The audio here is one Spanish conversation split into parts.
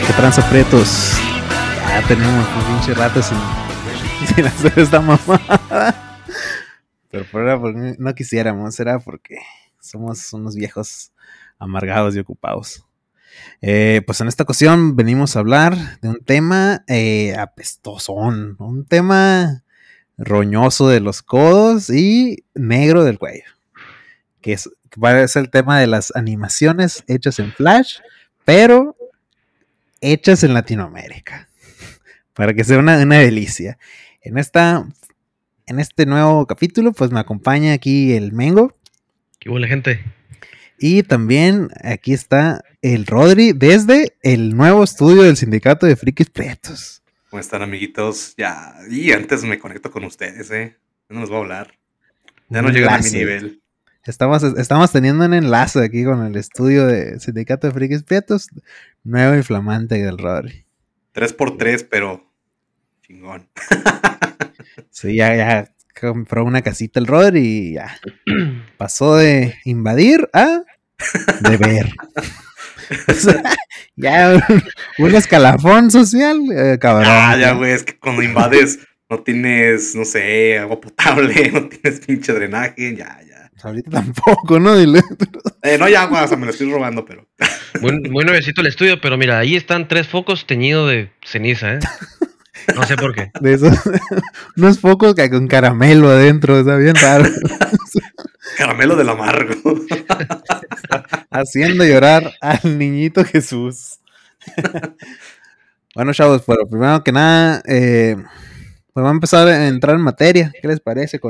¿Qué tranza, prietos? Ya tenemos un pinche rato sin hacer esta mamada. Pero porque no quisiéramos, era porque somos unos viejos amargados y ocupados. Pues en esta ocasión venimos a hablar de un tema apestosón, un tema roñoso de los codos y negro del cuello, que va a ser el tema de las animaciones hechas en Flash, pero hechas en Latinoamérica, para que sea una delicia. En este nuevo capítulo, pues me acompaña aquí el Mengo. ¿Qué huele, gente? Y también aquí está el Rodri desde el nuevo estudio del Sindicato de Frikis Prietos. ¿Cómo están, amiguitos? Ya, y antes me conecto con ustedes, No nos va a hablar. Ya no llegan a mi nivel. Estamos teniendo un enlace aquí con el estudio de Sindicato de Frikis Prietos, nuevo y flamante del Rodri. 3x3, pero chingón. Sí, ya compró una casita el Rodri y ya pasó de invadir a deber. O sea, ya un escalafón social, cabrón. Ya, güey, es que cuando invades no tienes, no sé, agua potable, no tienes pinche drenaje, ya. Pues ahorita tampoco, ¿no? Dile. No, ya, güey, o sea, me lo estoy robando, pero... Muy nuevecito el estudio, pero mira, ahí están 3 focos teñidos de ceniza, ¿eh? No sé por qué. De esos, unos focos que con caramelo adentro, está bien raro. Caramelo del amargo. Haciendo llorar al niñito Jesús. Bueno, chavos, pero primero que nada, pues vamos a empezar a entrar en materia. ¿Qué les parece?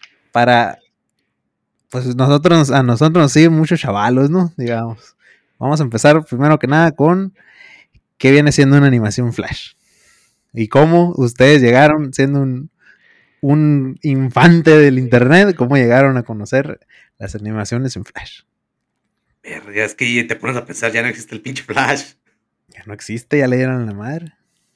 Pues a nosotros nos siguen muchos chavalos, ¿no? Digamos. Vamos a empezar primero que nada con qué viene siendo una animación Flash. Y cómo ustedes llegaron siendo un infante del internet, cómo llegaron a conocer las animaciones en Flash. Ya es que te pones a pensar, ya no existe el pinche Flash. Ya no existe, ya le dieron la madre.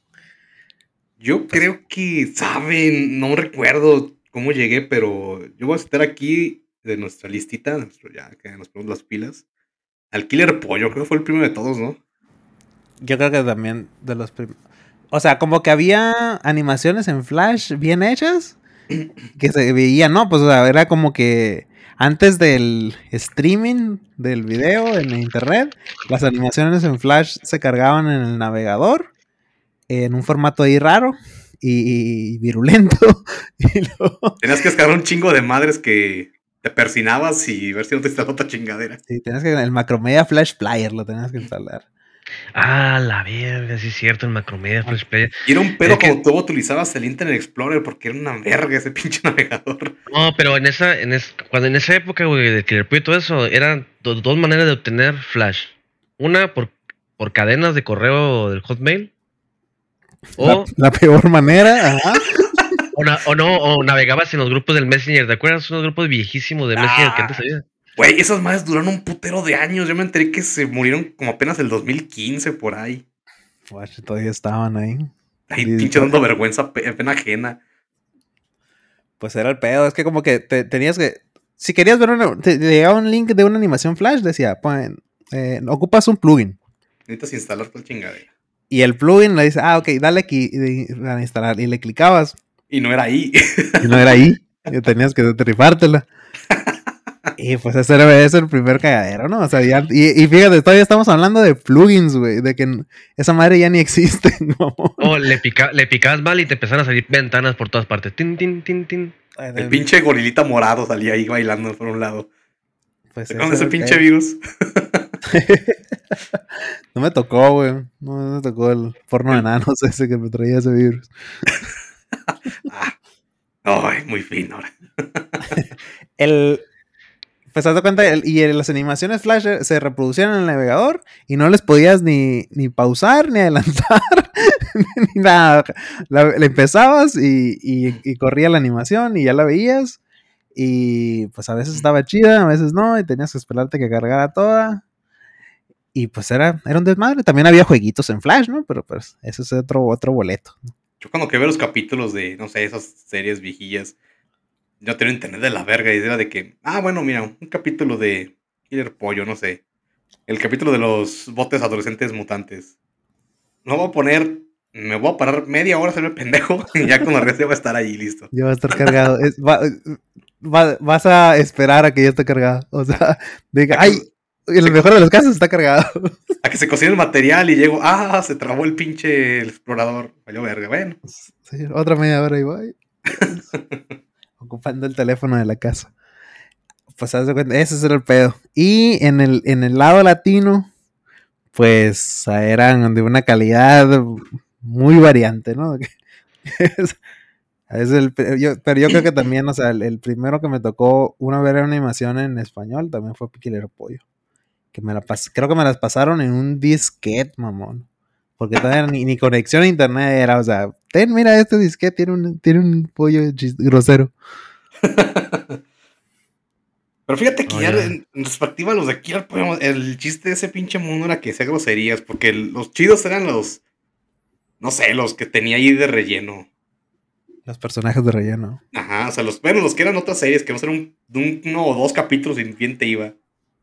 Yo creo que, ¿saben? No recuerdo cómo llegué, pero yo voy a citar aquí de nuestra listita, ya que nos ponemos las pilas, al Killer Pollo, creo que fue el primero de todos, ¿no? Yo creo que también de los primeros. O sea, como que había animaciones en Flash bien hechas que se veían, ¿no? Pues o sea, era como que antes del streaming del video en internet, las animaciones en Flash se cargaban en el navegador en un formato ahí raro y virulento. Y luego... Tenías que descargar un chingo de madres que te persinabas y ver si no te instaló otra chingadera. Sí, tenías que el Macromedia Flash Player lo tenías que instalar. Ah, la verga, sí es cierto, el Macromedia Flash Player. Y era un pedo como tú utilizabas el Internet Explorer porque era una verga ese pinche navegador. No, pero en esa época, güey, de Killer Pollo y todo eso, eran dos maneras de obtener Flash. Una por cadenas de correo del Hotmail. La peor manera, ajá. O navegabas en los grupos del Messenger. ¿Te acuerdas? Unos grupos viejísimos de Messenger que antes había. Güey, esas madres duraron un putero de años. Yo me enteré que se murieron como apenas el 2015 por ahí. Guacho, todavía estaban ahí. Ahí pinche dando vergüenza, pena ajena. Pues era el pedo. Es que como que tenías que... Si querías ver te llegaba un link de una animación Flash, decía, pues, ocupas un plugin. Necesitas instalar tal chingadera. Y el plugin le dice, ok, dale aquí a instalar. Y le clicabas. Y no era ahí. Y no era ahí. Y tenías que rifártela. Y pues ese es el primer cagadero, ¿no? O sea, ya, y fíjate, todavía estamos hablando de plugins, güey, de que esa madre ya ni existe, ¿no? Le picabas mal y te empezaron a salir ventanas por todas partes. Tin, tin, tin, tin. El pinche gorilita morado salía ahí bailando por un lado. Pues con ese pinche virus. No me tocó, güey. No me tocó el porno de enanos ese que me traía ese virus. Ay, muy fino. Pues te das cuenta, y las animaciones Flash se reproducían en el navegador y no les podías ni pausar, ni adelantar, ni nada. La empezabas y corría la animación y ya la veías. Y pues a veces estaba chida, a veces no, y tenías que esperarte que cargara toda. Y pues era un desmadre. También había jueguitos en Flash, ¿no? Pero pues eso es otro boleto. Yo cuando que veo los capítulos de, no sé, esas series viejillas, yo tengo internet de la verga y era de que, bueno, mira, un capítulo de Killer Pollo, no sé. El capítulo de los botes adolescentes mutantes. no voy a poner, me voy a parar media hora a hacerme pendejo y ya con la red ya va a estar ahí listo. Ya va a estar cargado. Vas a esperar a que ya esté cargado. O sea, diga, ay, en el mejor de los casos está cargado. A que se cocine el material y llego, se trabó el pinche el explorador. Valió verga, bueno. Sí, otra media hora y voy. Ocupando el teléfono de la casa. Pues haz de cuenta, ese era el pedo. Y en el lado latino, pues eran de una calidad muy variante, ¿no? Pero yo creo que también, o sea, el primero que me tocó ver animación en español también fue Killer Pollo. Que creo que me las pasaron en un disquete, mamón. Porque todavía ni conexión a internet era, o sea, mira, este disquete tiene un pollo grosero. Pero fíjate que en perspectiva los de aquí, el chiste de ese pinche mundo era que hacía groserías, porque los chidos eran los, no sé, los que tenía ahí de relleno. Los personajes de relleno. Ajá, o sea, los que eran otras series, que no eran uno o dos capítulos y bien te iba.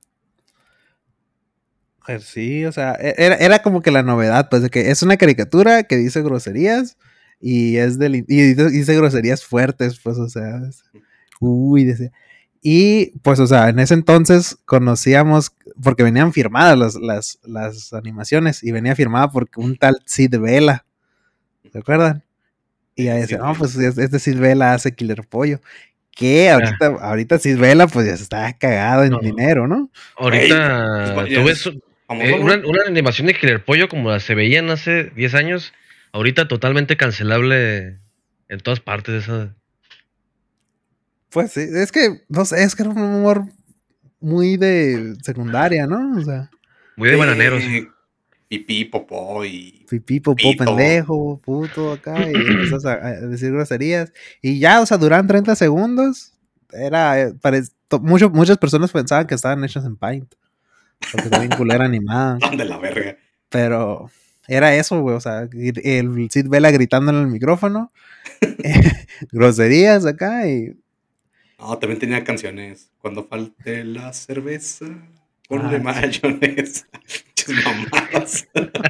Sí, o sea, era como que la novedad, pues, de que es una caricatura que dice groserías y dice groserías fuertes, pues, o sea, dice. Y, pues, o sea, en ese entonces conocíamos, porque venían firmadas las animaciones, y venía firmada por un tal Sid Vela, ¿se acuerdan? Y ahí decía, no, pues, este Sid Vela hace Killer Pollo. Que ahorita Sid Vela, pues, ya está cagado en dinero, ¿no? Ahorita, tú ves una animación de Killer Pollo como las se veían hace 10 años, ahorita totalmente cancelable en todas partes. Esa. Pues sí, es que, no sé, es que era un humor muy de secundaria, ¿no? O sea. Muy de bananeros. Pipí, popó y... Pipí, popó, pendejo, puto, acá, y empezás a decir groserías. Y ya, o sea, duran 30 segundos. Muchas personas pensaban que estaban hechos en Paint. Porque está bien culera animada. De la verga. Pero era eso, güey, o sea, el Sid Vela gritando en el micrófono. Groserías acá y... No, también tenía canciones. Cuando falte la cerveza, ponle mayonesa. Muchas mamadas.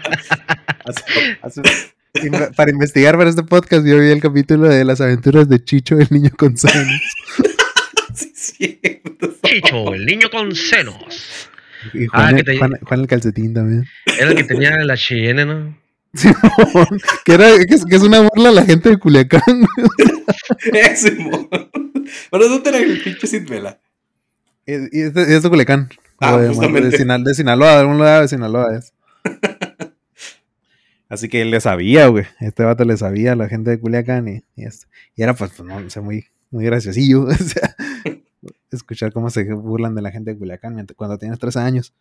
Para investigar para este podcast, yo vi el capítulo de las aventuras de Chicho, el niño con senos. Sí, cierto. Chicho, el niño con senos. Y Juan el calcetín también. Era el que tenía la Cheyenne, ¿no? Simón, que es una burla a la gente de Culiacán. Simón. Pero ¿dónde era el pinche Sid Vela? Y es de Culiacán. Justamente. De Sinaloa, de algún lado de Sinaloa es. Así que él le sabía, güey. Este vato le sabía a la gente de Culiacán y era pues no sé, muy, muy graciosillo. O sea, escuchar cómo se burlan de la gente de Culiacán cuando tienes 13 años.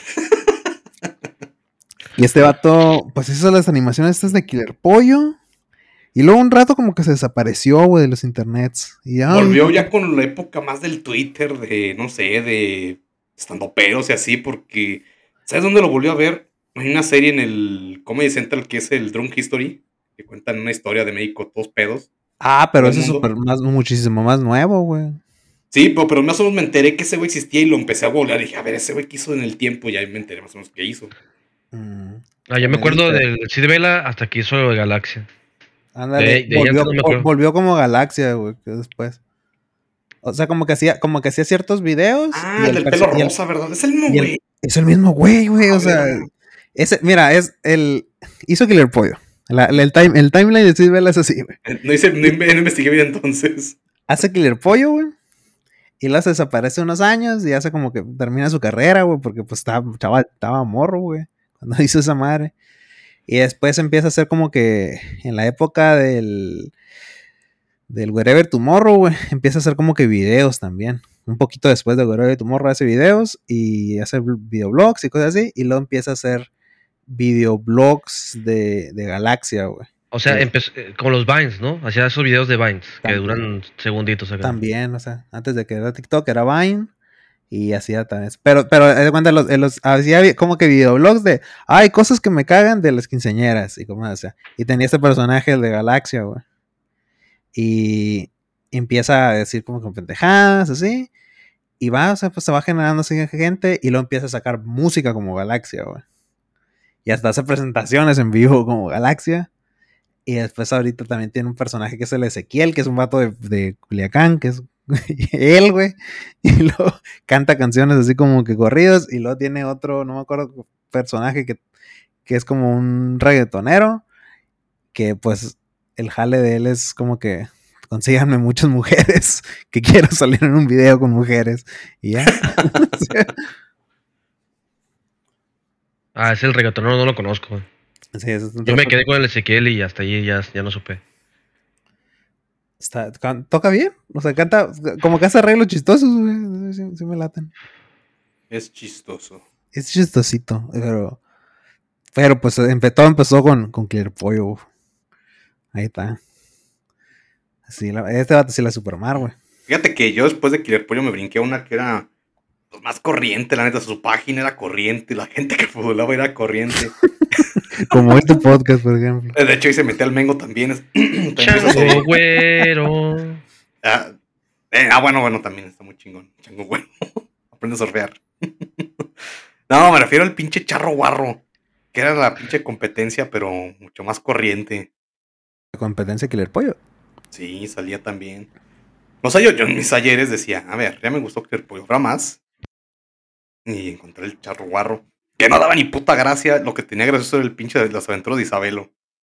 Y este vato, pues hizo las animaciones estas de Killer Pollo. Y luego un rato como que se desapareció, güey, de los internets. Y volvió ya con la época más del Twitter, de, no sé, de estandoperos y así, porque ¿sabes dónde lo volvió a ver? Hay una serie en el Comedy Central que es el Drunk History, que cuentan una historia de México, todos pedos. Pero eso es muchísimo más nuevo, güey. Sí, pero más o menos me enteré que ese güey existía y lo empecé a googlear. Y dije, a ver, ese güey que hizo en el tiempo, y ahí me enteré más o menos qué hizo. Yo me acuerdo del Sid Vela hasta que hizo Galaxia. Ándale, volvió como Galaxia, güey, que después. O sea, como que hacía ciertos videos. Y el del pelo rosa, ¿verdad? Es el mismo güey. Es el mismo güey, o sea. Mira, hizo Killer Pollo. El timeline de Sid Vela es así, güey. No investigué bien entonces. Hace Killer Pollo, güey. Y luego se desaparece unos años y hace como que termina su carrera, güey, porque pues estaba morro, güey, cuando hizo esa madre. Y después empieza a hacer como que en la época del Wherever Tomorrow, güey, empieza a hacer como que videos también. Un poquito después de Wherever Tomorrow hace videos y hace videoblogs y cosas así. Y luego empieza a hacer videoblogs de Galaxia, güey. O sea, empezó con los Vines, ¿no? Hacía esos videos de Vines que duran segunditos acá. También, o sea, antes de que era TikTok era Vine. Y hacía también. Pero de cuenta, hacía como que videoblogs de cosas que me cagan de las quinceañeras. Y como, o sea, y tenía este personaje de Galaxia, güey. Y empieza a decir como que pendejadas, así. Y o sea, pues se va generando así gente. Y luego empieza a sacar música como Galaxia, güey. Y hasta hace presentaciones en vivo como Galaxia. Y después ahorita también tiene un personaje que es el Ezequiel, que es un vato de Culiacán, que es él, güey. Y luego canta canciones así como que corridos. Y luego tiene otro, no me acuerdo, personaje que es como un reggaetonero. Que pues el jale de él es como que consíganme muchas mujeres, que quiero salir en un video con mujeres. Y ya. Es el reggaetonero, no lo conozco, güey. Sí, Yo me quedé con el Ezequiel y hasta allí ya no supe. Toca bien, o sea, canta, como que hace arreglos chistosos, güey. Sí me laten. Es chistoso. Es chistosito, pero pues todo empezó con Clear Pollo, güey. Ahí está. Sí, este vato sí la Supermar, güey. Fíjate que yo después de Killer Pollo me brinqué a una que era pues, más corriente, la neta. Su página era corriente, la gente que fabulaba era corriente. Como este podcast, por ejemplo. De hecho, ahí se metió al Mengo también. Chango güero. Bueno, también está muy chingón. Chango güero. Aprende a surfear. No, me refiero al pinche Charro Guarro, que era la pinche competencia, pero mucho más corriente. La competencia Killer Pollo. Sí, salía también. O sea, yo en mis ayeres decía, a ver, ya me gustó Killer Pollo, ¿habrá más? Y encontré el Charro Guarro, que no daba ni puta gracia. Lo que tenía gracioso era el pinche de las aventuras de Isabelo,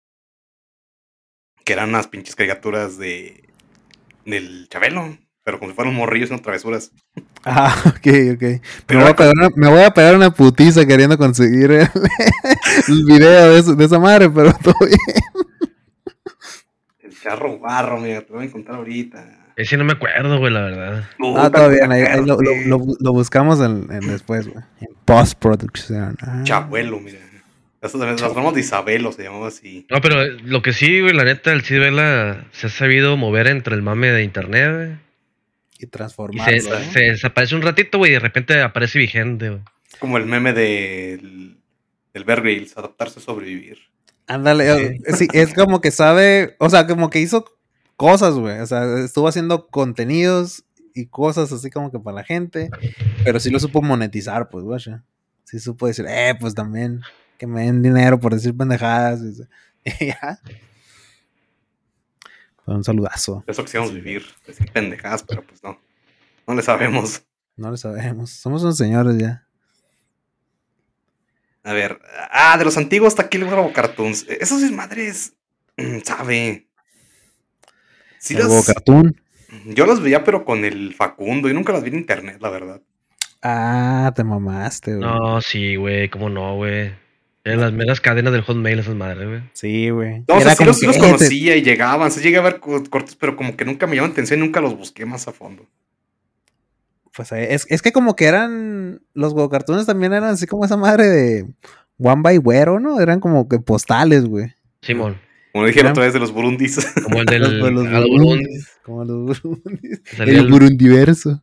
que eran unas pinches caricaturas del Chabelo, pero como si fueran morrillos, no travesuras. Ok. Pero me voy a pegar una putiza queriendo conseguir el video de esa madre, pero todo bien. El Charro Guarro, mira, te lo voy a encontrar ahorita. Ese no me acuerdo, güey, la verdad. Todo bien, ahí lo buscamos en después, güey. En post-production. Chabuelo, mira. Las bromas de Isabelo se llamaba así. No, pero lo que sí, güey, la neta, el Cid Vela se ha sabido mover entre el mame de internet, güey. Y Y transformarlo. se desaparece un ratito, güey, y de repente aparece vigente, güey. Como el meme del Bear Grylls, adaptarse a sobrevivir. Ándale, sí, es como que sabe, o sea, como que hizo cosas, güey. O sea, estuvo haciendo contenidos y cosas así como que para la gente, pero sí lo supo monetizar, pues, güey. Sí supo decir, pues también, que me den dinero por decir pendejadas. Y ya. Fue un saludazo. Eso quisiéramos vivir, decir pendejadas, pero pues no. No le sabemos. No lo sabemos. Somos unos señores ya. A ver. De los antiguos está aquí el Huevo Cartoons. Esos desmadres. ¿Sabe? Sí El Huevo Cartoon. Yo las veía, pero con el Facundo. Y nunca las vi en internet, la verdad. Te mamaste, güey. No, sí, güey, cómo no, güey. Eran las meras cadenas del Hotmail esas madres, güey. Sí, güey. No, o sea, sí los conocía y llegaban. Sí llegué a ver cortos, pero como que nunca me llamaban atención y nunca los busqué más a fondo. Pues es que como que eran. Los Huevo Cartoons también eran así como esa madre de One by Güero, ¿no? Eran como que postales, güey. Simón. Como dijeron otra vez de los burundis. Como el del los burundis. Como los burundis. El burundiverso.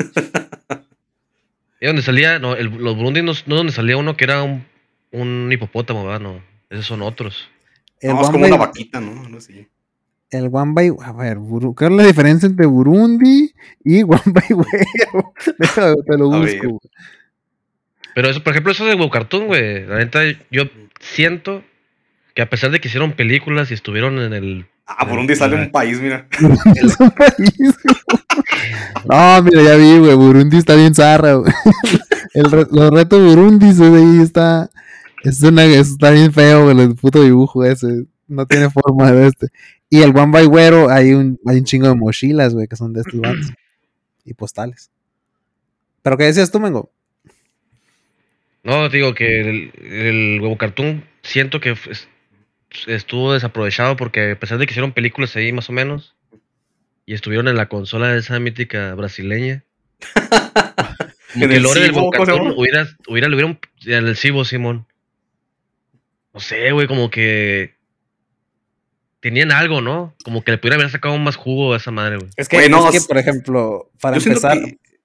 ¿Y donde salía? No, los burundis no donde salía uno que era un hipopótamo, ¿verdad? No, esos son otros. No, es como una vaquita, ¿no? No sé. El One by... A ver, ¿qué es la diferencia entre Burundi y One by Güero? Déjame, te lo busco. Pero eso, por ejemplo, eso de Huevo Cartoon, güey. La neta, yo siento que a pesar de que hicieron películas y estuvieron en el... Burundi sale un país, mira. Es un país. No, mira, ya vi, güey. Burundi está bien zarra, güey. Los retos Burundi, ahí está... Está bien feo, güey, el puto dibujo ese. No tiene forma de este. Y el One by Güero, hay un chingo de mochilas, güey, que son de estos vatos. Y postales. ¿Pero qué decías tú, Mengo? No, digo que el Huevo Cartoon siento que estuvo desaprovechado porque a pesar de que hicieron películas ahí más o menos y estuvieron en la consola de esa mítica brasileña. Como que el lore del Huevo Cartoon hubiera en el Cibo, Simón. No sé, güey, como que tenían algo, ¿no? Como que le pudieran haber sacado más jugo a esa madre, güey. Es que, por ejemplo, para empezar...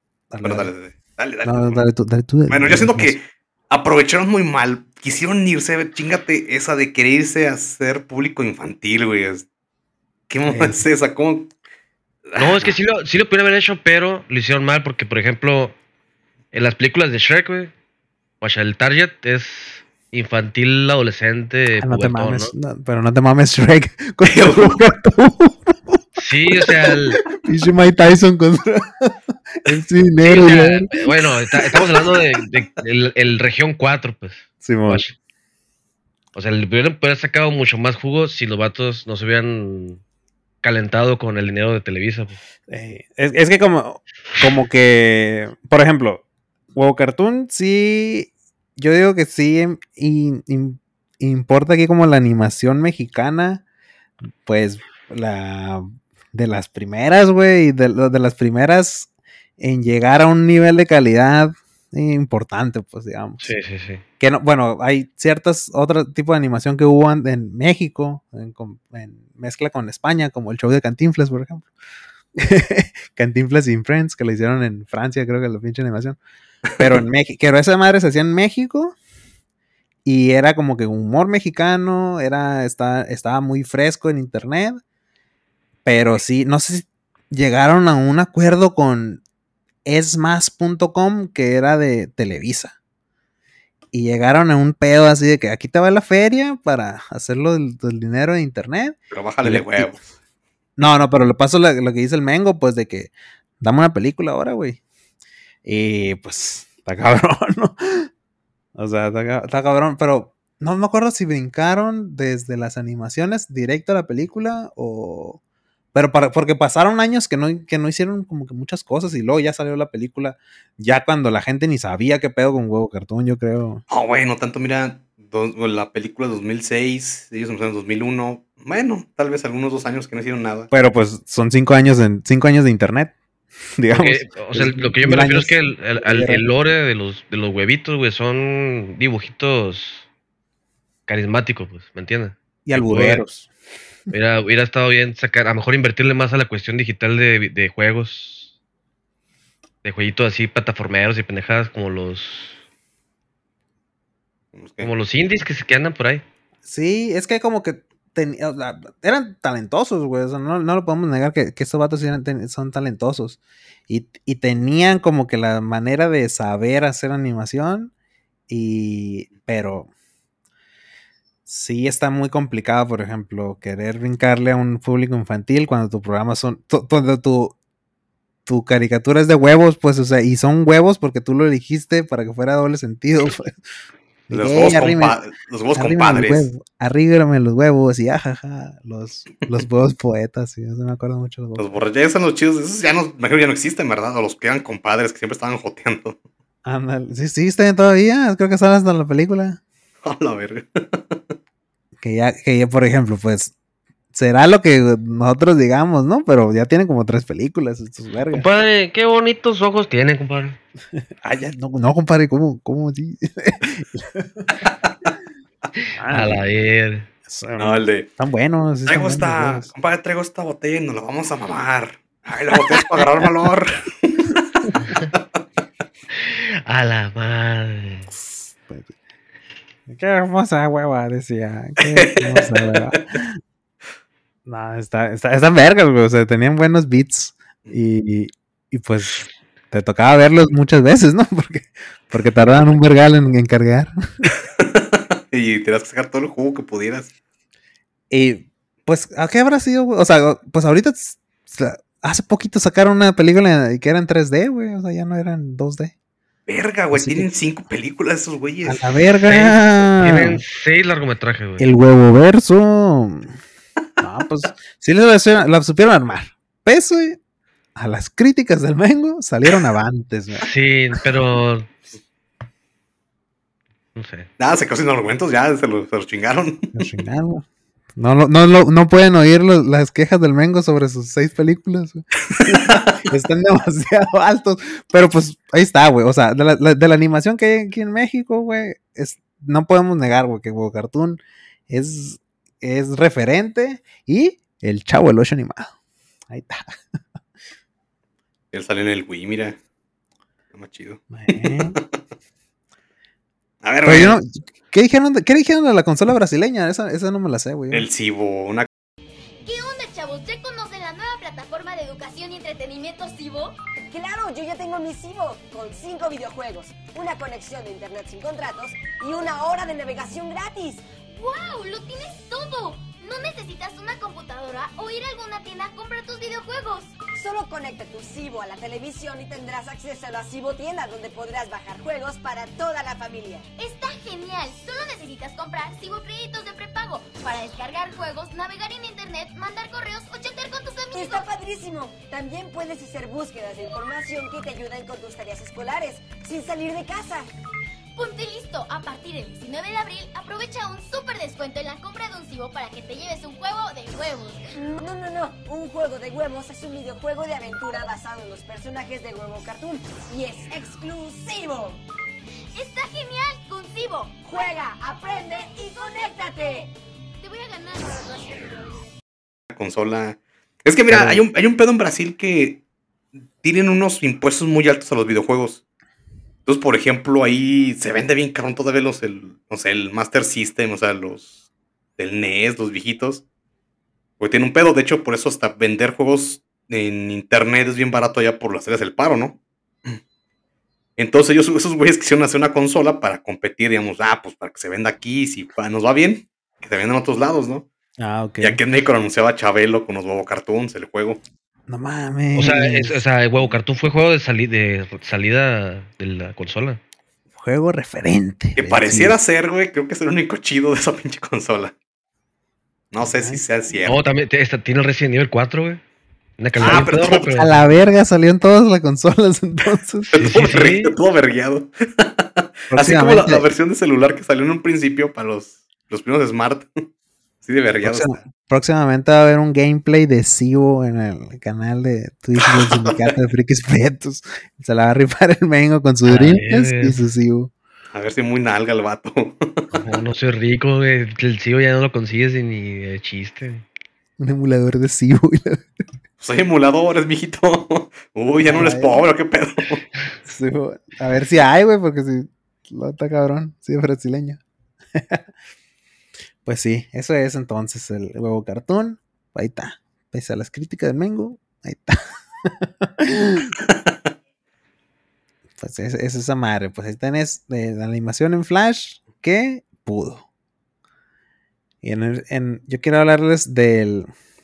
Dale tú. Bueno, yo siento que aprovecharon muy mal. Quisieron irse, chingate esa de querer irse a ser público infantil, güey. ¿Qué mamá es esa? ¿Cómo? No, es que sí lo pudieron haber hecho, pero lo hicieron mal porque, por ejemplo, en las películas de Shrek, güey, o sea, el target es infantil, adolescente, No te pubertón, mames, ¿no? pero no te mames Shrek contra Huevo Cartoon. Sí, o sea, Pinche Mike Tyson contra el sí, dinero, o sea, güey. bueno, estamos hablando de el región 4, pues. Simón. Guacha. O sea, le hubieran poder sacado mucho más jugo si los vatos no se hubieran calentado con el dinero de Televisa, pues. Es que como que, por ejemplo, Huevo Cartoon sí, yo digo que sí importa aquí como la animación mexicana, pues la de las primeras, güey, de las primeras en llegar a un nivel de calidad importante, pues digamos. Sí, sí, sí. Que no, bueno, hay ciertas otro tipo de animación que hubo en México, en mezcla con España, como el show de Cantinflas, por ejemplo. Cantinflas y Friends, que lo hicieron en Francia, creo que la pinche animación. Pero en México, que esa madre se hacía en México y era como que humor mexicano, estaba muy fresco en internet, pero sí, no sé si llegaron a un acuerdo con esmas.com, que era de Televisa. Y llegaron a un pedo así de que aquí te va la feria para hacerlo del dinero de internet. Pero bájale de huevos. No, pero le paso lo que dice el Mengo, pues de que dame una película ahora, güey. Y pues está cabrón, ¿no? O sea, está cabrón, pero no me acuerdo si brincaron desde las animaciones directo a la película o... Pero porque pasaron años que no hicieron como que muchas cosas y luego ya salió la película, ya cuando la gente ni sabía qué pedo con Huevo Cartoon, yo creo. No, güey, no tanto, mira, la película 2006, ellos empezaron en 2001, bueno, tal vez algunos 2 años que no hicieron nada. Pero pues son 5 años de internet, digamos. Porque, o sea, lo que yo me refiero es que el lore de los huevitos, güey, son dibujitos carismáticos, pues, ¿me entiendes? Y albureros. Hubiera estado bien sacar, a lo mejor invertirle más a la cuestión digital de juegos, de jueguitos así, plataformeros y pendejadas como los indies que andan por ahí. Sí, es que como que o sea, eran talentosos, güey. O sea, no lo podemos negar que estos vatos son talentosos. Y tenían como que la manera de saber hacer animación. Pero sí está muy complicado, por ejemplo, querer brincarle a un público infantil cuando tu programa cuando tu caricatura es de huevos, pues, o sea, y son huevos porque tú lo elegiste para que fuera doble sentido, pues. Los huevos compadres. Arrígrame los huevos y ajaja, los huevos poetas, sí, eso me acuerdo mucho. Los borrachos son los chidos, esos ya no, mejor ya no existen, ¿verdad? O los que eran compadres que siempre estaban joteando. Ándale, sí, está bien todavía, creo que sale hasta la película. A la verga. Que ya, por ejemplo, pues, será lo que nosotros digamos, ¿no? Pero ya tienen como 3 películas estos vergas. Compadre, qué bonitos ojos tiene, compadre. Ya, no, compadre, ¿cómo sí? A la ver. No, el de... Están buenos. Compadre, traigo esta botella y nos la vamos a mamar. Ay, la botella es para agarrar valor. A la madre. Qué hermosa hueva, decía. Qué hermosa hueva. No, están vergas, güey. O sea, tenían buenos beats. Y pues te tocaba verlos muchas veces, ¿no? Porque tardaban un vergal en cargar. Y tenías que sacar todo el jugo que pudieras. Y pues, ¿a qué habrá sido, güey? O sea, pues ahorita hace poquito sacaron una película que era en 3D, güey. O sea, ya no eran 2D. Verga, güey, tienen 5 películas esos güeyes. A la verga. Tienen 6 largometrajes, güey. El huevo verso. No, pues sí la supieron armar. Pese a las críticas del Mengo, salieron avantes, güey. Sí, pero no sé. Nada, se quedó sin argumentos, ya se los chingaron. No pueden oír las quejas del Mengo sobre sus 6 películas, güey. Están demasiado altos. Pero pues ahí está, güey. O sea, de la animación que hay aquí en México, güey, no podemos negar, güey, que Huevo Cartoon es referente. Y el Chavo el Ocho animado. Ahí está. Él sale en el Wii, mira. Está más chido. A ver, güey. ¿Qué dijeron de la consola brasileña? Esa no me la sé, güey. El Cibo, una... ¿Qué onda, chavos? ¿Ya conocen la nueva plataforma de educación y entretenimiento Cibo? Claro, yo ya tengo mi Cibo con 5 videojuegos, una conexión de internet sin contratos y 1 hora de navegación gratis. ¡Wow! ¡Lo tienes todo! No necesitas una computadora o ir a alguna tienda a comprar tus videojuegos. Solo conecta tu Cibo a la televisión y tendrás acceso a la Cibo tienda donde podrás bajar juegos para toda la familia. ¡Está genial! Solo necesitas comprar Cibo créditos de prepago para descargar juegos, navegar en internet, mandar correos o chatear con tus amigos. ¡Está padrísimo! También puedes hacer búsquedas de información que te ayuden con tus tareas escolares sin salir de casa. Ponte listo, a partir del 19 de abril aprovecha un súper descuento en la compra de un Cibo para que te lleves un juego de huevos. No, un juego de huevos es un videojuego de aventura basado en los personajes de Huevo Cartoon y es exclusivo. ¡Está genial con Cibo! Juega, aprende y conéctate. Te voy a ganar. Consola. Es que mira, hay un pedo en Brasil que tienen unos impuestos muy altos a los videojuegos. Entonces, por ejemplo, ahí se vende bien caro todavía el Master System, o sea, los del NES, los viejitos. Porque tiene un pedo, de hecho, por eso hasta vender juegos en internet es bien barato allá por las áreas del paro, ¿no? Entonces esos güeyes quisieron hacer una consola para competir, digamos, pues para que se venda aquí, si nos va bien, que se venda en otros lados, ¿no? Ah, ok. Y aquí en México lo anunciaba Chabelo con los Huevo Cartoons, el juego. No mames. O sea, el Huevo Cartoon fue juego de salida de la consola. Juego referente. Que pareciera ser, güey, creo que es el único chido de esa pinche consola. No sé si sea cierto. No, también tiene el Resident Evil 4, güey. Una Ah, pero calidad todo- A la verga salió en todas las consolas entonces. Todo vergueado. Así como la versión de celular que salió en un principio para los primeros Smart. Así de vergueado. Próximamente va a haber un gameplay de Cibo en el canal de Twitch del Sindicato de Frikis Prietos. Se la va a rifar el Mengo con sus drinks y su Cibo. A ver si muy nalga el vato. No soy rico, güey. El Cibo ya no lo consigues ni de chiste. Un emulador de Cibo. Soy emuladores, mijito. Uy, ya no eres pobre, qué pedo. Cibo. A ver si hay, güey, porque si lo está cabrón. Sí, es brasileño. Pues sí, eso es entonces el Huevo Cartoon. Ahí está. Pese a las críticas del Mengo, ahí está. Pues es esa madre. Pues ahí tenés la animación en Flash que pudo. Y yo quiero hablarles del...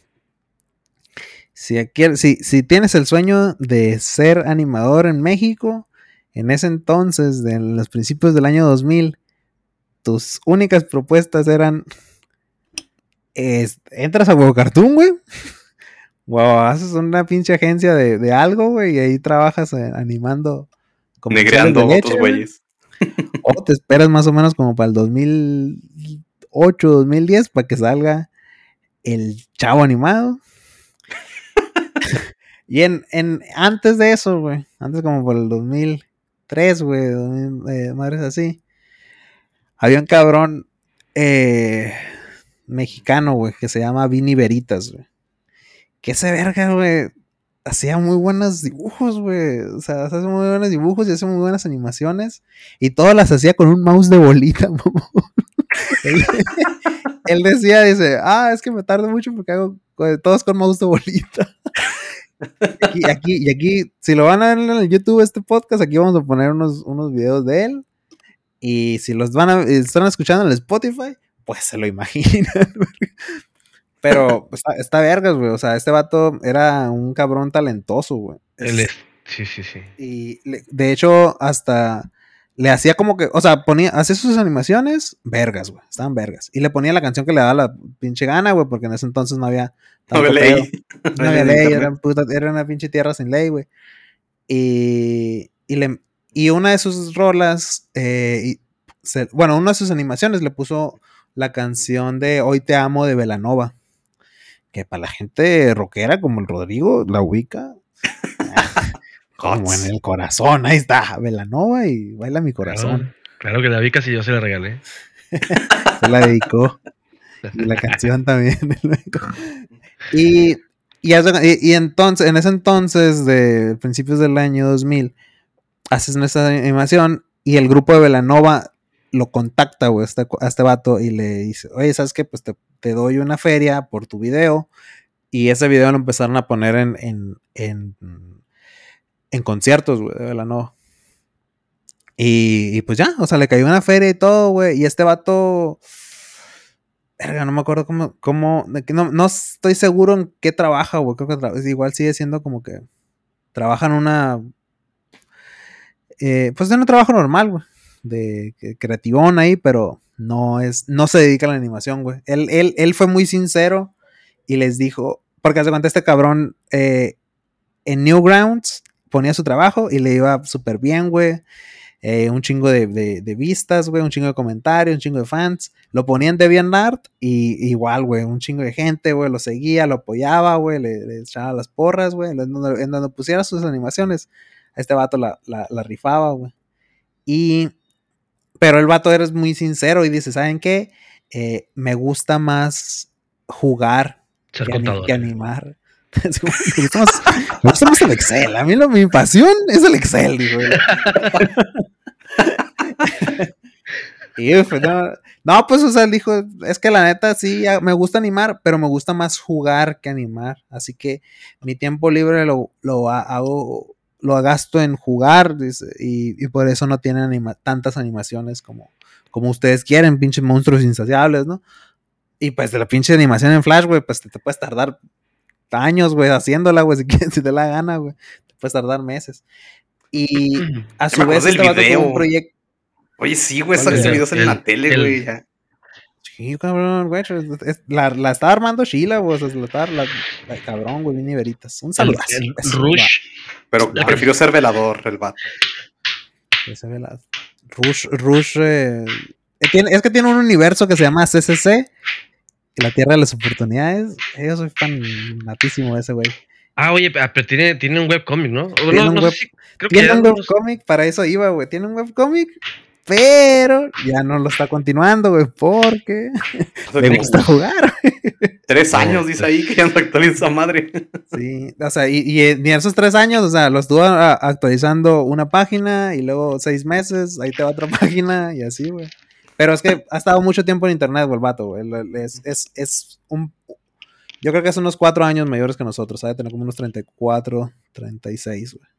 Si tienes el sueño de ser animador en México, en ese entonces, en los principios del año 2000, tus únicas propuestas eran: entras a Huevo Cartoon, güey. Wow, haces una pinche agencia de algo, güey, y ahí trabajas animando. Negreando a otros güeyes. O te esperas más o menos como para el 2008, 2010, para que salga el Chavo animado. Y antes de eso, güey, antes como por el 2003, güey, madres así, había un cabrón mexicano, güey, que se llama Vini Veritas, güey. Que ese verga, güey, hacía muy buenos dibujos, güey. O sea, hace muy buenos dibujos y hace muy buenas animaciones. Y todas las hacía con un mouse de bolita, mamón. Él dice, es que me tardo mucho porque hago todos con mouse de bolita. Y aquí, si lo van a ver en el YouTube, este podcast, aquí vamos a poner unos videos de él. Y si los están escuchando en el Spotify, pues se lo imaginan. Pero está vergas, güey. O sea, este vato era un cabrón talentoso, güey. Sí. Y de hecho, hasta le hacía como que, o sea, hacía sus animaciones, vergas, güey. Estaban vergas. Y le ponía la canción que le daba la pinche gana, güey, porque en ese entonces no había ley. No había ley, era una pinche tierra sin ley, güey. Y una de sus rolas, una de sus animaciones le puso la canción de Hoy Te Amo de Belanova. Que para la gente rockera como el Rodrigo, la ubica como en el corazón. Ahí está, Belanova y Baila Mi Corazón. Claro que la ubicas y yo se la regalé. Se la dedicó. Y la canción también. Y entonces, en ese entonces, de principios del año 2000, haces nuestra animación y el grupo de Belanova lo contacta, güey, a este vato y le dice: oye, ¿sabes qué? Pues te doy una feria por tu video Y ese video lo empezaron a poner en conciertos, güey, de Belanova. Y pues ya, o sea, le cayó una feria y todo, güey. Y este vato, verga, no me acuerdo no estoy seguro en qué trabaja, güey. Creo que igual sigue siendo como que trabaja en pues en un trabajo normal, güey. De creativón ahí, pero no se dedica a la animación, güey. Él fue muy sincero y les dijo, porque hace cuenta este cabrón en Newgrounds ponía su trabajo y le iba súper bien, güey. Un chingo de vistas, güey, un chingo de comentarios, un chingo de fans. Lo ponía en DeviantArt y igual, güey, un chingo de gente, güey, lo seguía, lo apoyaba, güey, le echaba las porras, güey. En donde pusiera sus animaciones, a este vato la rifaba, güey. Pero el vato eres muy sincero y dice, ¿saben qué? Me gusta más jugar Ser que contador. animar. Me gusta más el Excel. A mí mi pasión es el Excel, dijo él. Y pues, no, pues, o sea, él dijo, es que la neta sí, me gusta animar, pero me gusta más jugar que animar. Así que mi tiempo libre lo gasto en jugar, dice, y por eso no tienen tantas animaciones como ustedes quieren, pinches monstruos insaciables, ¿no? Y pues de la pinche animación en Flash, güey, pues te puedes tardar años, güey, haciéndola, güey, si te la gana, güey. Te puedes tardar meses. Y a su vez este vato tuvo un proyecto. Oye, sí, güey, ese video sale en la tele, güey. Sí, cabrón, güey. La estaba armando Sheila, güey. O sea, cabrón, güey, bien Iberitas. Un saludo. Rush. Pero prefiero ser velador, el vato. Rush. Es que tiene un universo que se llama CCC. La Tierra de las Oportunidades. Yo soy fanatísimo de ese güey. Oye, pero tiene un webcomic, ¿no? Tiene un webcomic, para eso iba, güey. Tiene un webcomic, pero ya no lo está continuando, güey, porque le gusta jugar. 3 años, dice ahí, que ya no actualiza esa madre. Sí, o sea, y en esos 3 años, o sea, lo estuvo actualizando una página y luego 6 meses, ahí te va otra página y así, güey. Pero es que ha estado mucho tiempo en internet, güey, el vato, güey. Yo creo que es unos 4 años mayores que nosotros, ¿sabes? Tener como unos 34, 36, güey.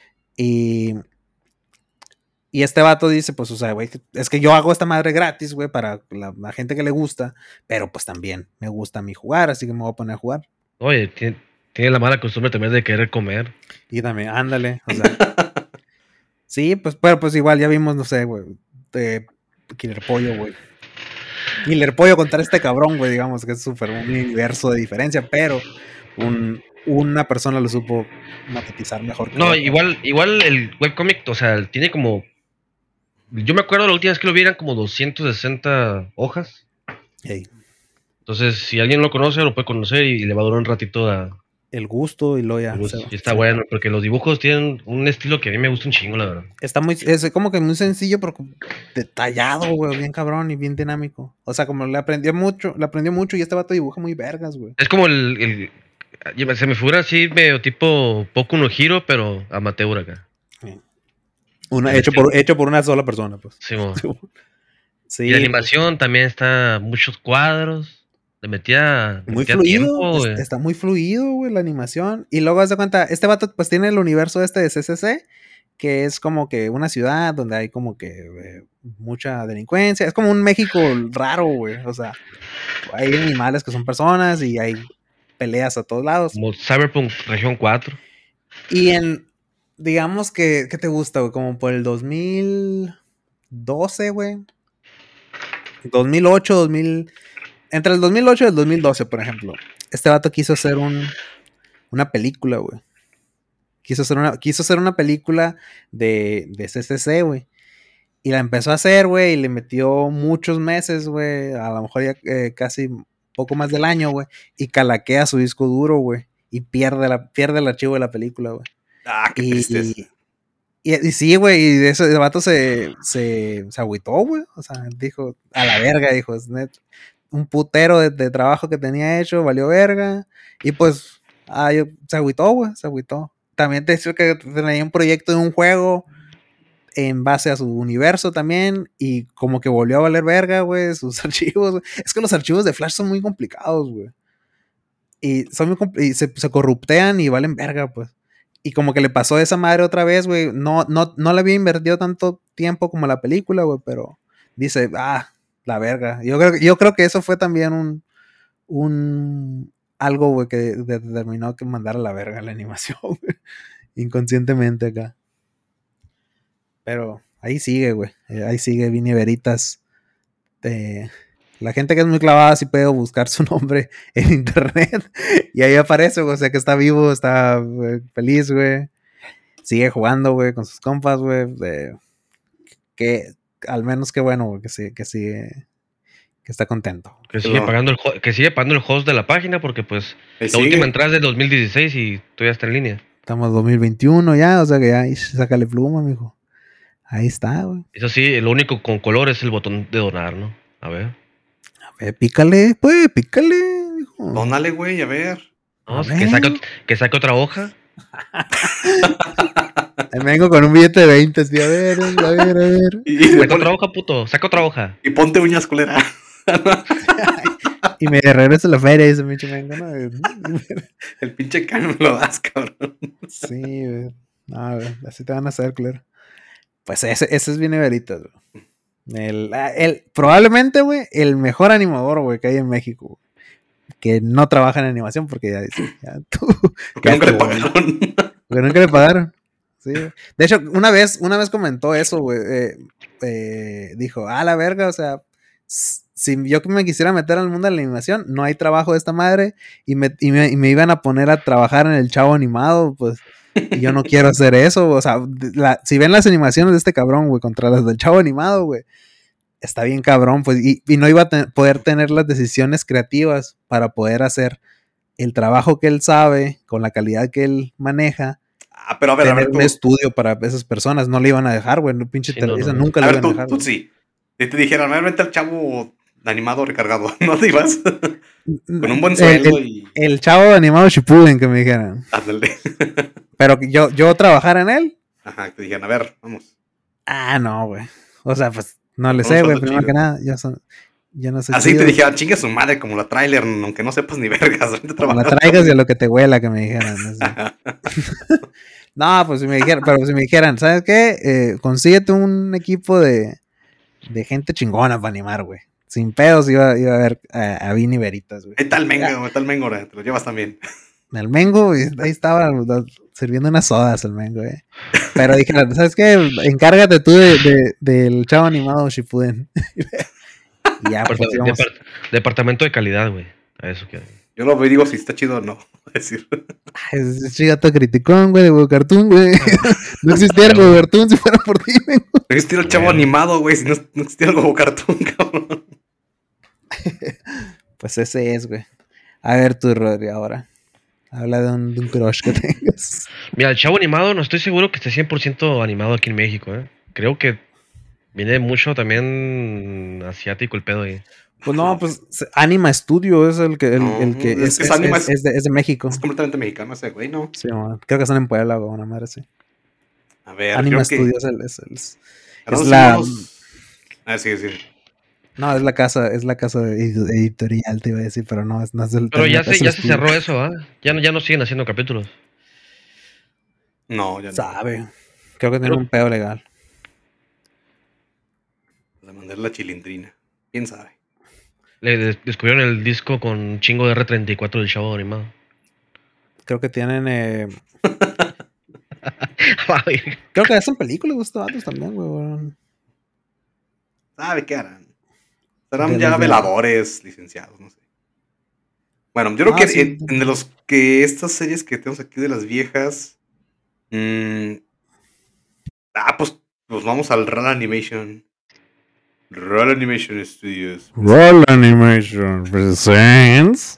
Y este vato dice, pues, o sea, güey, es que yo hago esta madre gratis, güey, para la gente que le gusta, pero pues también me gusta a mí jugar, así que me voy a poner a jugar. Oye, tiene la mala costumbre también de querer comer. Y también, ándale, o sea. Sí, pues, pero pues igual ya vimos, no sé, güey, de Killer Pollo, güey. Killer Pollo contra este cabrón, güey, digamos que es súper un universo de diferencia, pero una persona lo supo matizar mejor que No, otra. igual el webcomic, o sea, tiene como... Yo me acuerdo la última vez que lo vi eran como 260 hojas. Hey. Entonces, si alguien lo conoce, lo puede conocer y le va a durar un ratito el gusto y lo ya. Y está bueno, porque los dibujos tienen un estilo que a mí me gusta un chingo, la verdad. Es como que muy sencillo, pero detallado, güey, bien cabrón y bien dinámico. O sea, como le aprendió mucho y este vato dibuja muy vergas, güey. Es como se me figura así medio tipo Boku no Hero, pero amateur acá. Sí. Hecho por una sola persona, pues. Sí, sí, y la animación también está muchos cuadros. Le metía muy fluido, tiempo, está muy fluido, güey, la animación. Y luego haz de cuenta, este vato pues tiene el universo este de CCC, que es como que una ciudad donde hay como que mucha delincuencia. Es como un México raro, güey. O sea, hay animales que son personas y hay peleas a todos lados. Como Cyberpunk Región 4. Y digamos que, ¿qué te gusta, güey? Como por el 2012, güey. 2008, 2000... Entre el 2008 y el 2012, por ejemplo, este vato quiso hacer una película, güey. Quiso hacer una película de CCC, güey. Y la empezó a hacer, güey, y le metió muchos meses, güey. A lo mejor ya casi poco más del año, güey. Y calaquea su disco duro, güey. Y pierde el archivo de la película, güey. Qué tristeza. Y sí, güey, y el vato se agüitó, güey. O sea, dijo, a la verga, dijo, es net. Un putero de trabajo que tenía hecho, valió verga. Y pues, se agüitó, güey, se agüitó. También te decía que tenía un proyecto de un juego en base a su universo también. Y como que volvió a valer verga, güey, sus archivos. Güey. Es que los archivos de Flash son muy complicados, güey. Y, y se corruptean y valen verga, pues. Y como que le pasó a esa madre otra vez, güey. No le había invertido tanto tiempo como la película, güey, pero dice, la verga. Yo creo que eso fue también algo, güey, que determinó que mandara a la verga la animación, güey. Inconscientemente acá. Pero ahí sigue, güey. Ahí sigue Vini Veritas. La gente que es muy clavada sí puede buscar su nombre en internet y ahí aparece, güey. O sea que está vivo, está feliz, güey. Sigue jugando, güey, con sus compas, güey. Que al menos que bueno, güey, que sigue, que está contento. Que sigue pagando el host de la página porque pues la última entrada es de 2016 y todavía está en línea. Estamos en 2021 ya, o sea que ya sácale pluma, mijo. Ahí está, güey. Eso sí, lo único con color es el botón de donar, ¿no? A ver, pícale, pues, pícale, mijo. Dónale, güey, a ver. No, que saque otra hoja. Vengo con un billete de 20, tío. A ver. Saca otra hoja, puto. Saca otra hoja. Y ponte uñas, culera. Y me regreso a la feria y ese pinche vengo, ¿no? El pinche canon lo das, cabrón. Sí, güey. No, güey. Así te van a hacer, claro. Pues ese es Vini Veritas, güey. Probablemente, güey, el mejor animador, güey, que hay en México, güey. Que no trabaja en animación porque ya dice, porque nunca le pagaron. Porque nunca le pagaron. Sí, güey. De hecho, una vez comentó eso, güey. Dijo, la verga, o sea, si yo me quisiera meter al mundo de la animación, no hay trabajo de esta madre y me iban a poner a trabajar en el Chavo Animado, pues, y yo no quiero hacer eso, o sea, si ven las animaciones de este cabrón, güey, contra las del Chavo Animado, güey, está bien cabrón, pues, y no iba a poder tener las decisiones creativas para poder hacer el trabajo que él sabe, con la calidad que él maneja. Pero a ver, un estudio para esas personas, no le iban a dejar, güey, pinche Televisa nunca le iban a dejar. Tú sí. Si te dijeran, vente al Chavo animado recargado, ¿no te ibas? Con un buen sueldo el Chavo animado Shippuden, que me dijeran. Ándale. Pero yo trabajar en él. Ajá, que te dijeran, a ver, vamos. No, güey. O sea, pues, no le sé, güey, primero que nada, yo no sé. Así te dijeran, chinga su madre, como la trailer, aunque no sepas ni vergas. Como la traigas y a lo que te huela, que me dijeran. No, pues si me dijeran, ¿sabes qué? Consíguete un equipo de gente chingona para animar, güey. Sin pedos iba a ver a Vini Veritas, güey. Ahí está el Mengo, te lo llevas también. El Mengo, ahí estaba sirviendo unas sodas el Mengo, güey. Pero dijeron, ¿sabes qué? Encárgate tú del Chavo Animado Shippuden. Y ya, pues, departamento de calidad, güey. A eso que... Yo lo veo y digo si está chido o no. Es decir. Es chigato criticón, güey, de Huevo Cartoon, güey. No existiera Huevo Cartoon si fuera por ti, güey. No existiera el Chavo Animado, güey, si no existiera el Huevo Cartoon, cabrón. Pues ese es, güey. A ver tú, Rodri, ahora. Habla de un crush que tengas. Mira, el Chavo Animado no estoy seguro que esté 100% animado aquí en México, ¿eh? Creo que viene mucho también asiático el pedo ahí. Pues no, pues Anima Studio es el que es de México. Es completamente mexicano ese güey, ¿no? Sí, man. Creo que están en Puebla o una madre así. A ver, Anima Studio es la... A ver, sí. No, es la casa editorial, te iba a decir, pero no es del... Pero ya se cerró eso, ¿ah? Ya no siguen haciendo capítulos. No, ya no. Sabe. Creo que tiene un pedo legal. De mandar la chilindrina. ¿Quién sabe? Le descubrieron el disco con un chingo de R34 del Chavo Animado. Creo que tienen... Creo que hacen películas de estos datos también, güey. ¿Sabe qué harán? Serán ya veladores, licenciados, no sé. Bueno, yo creo que sí. De los que estas series que tenemos aquí de las viejas... pues vamos al RAL Animation. RAL Animation Studios. RAL Animation presents...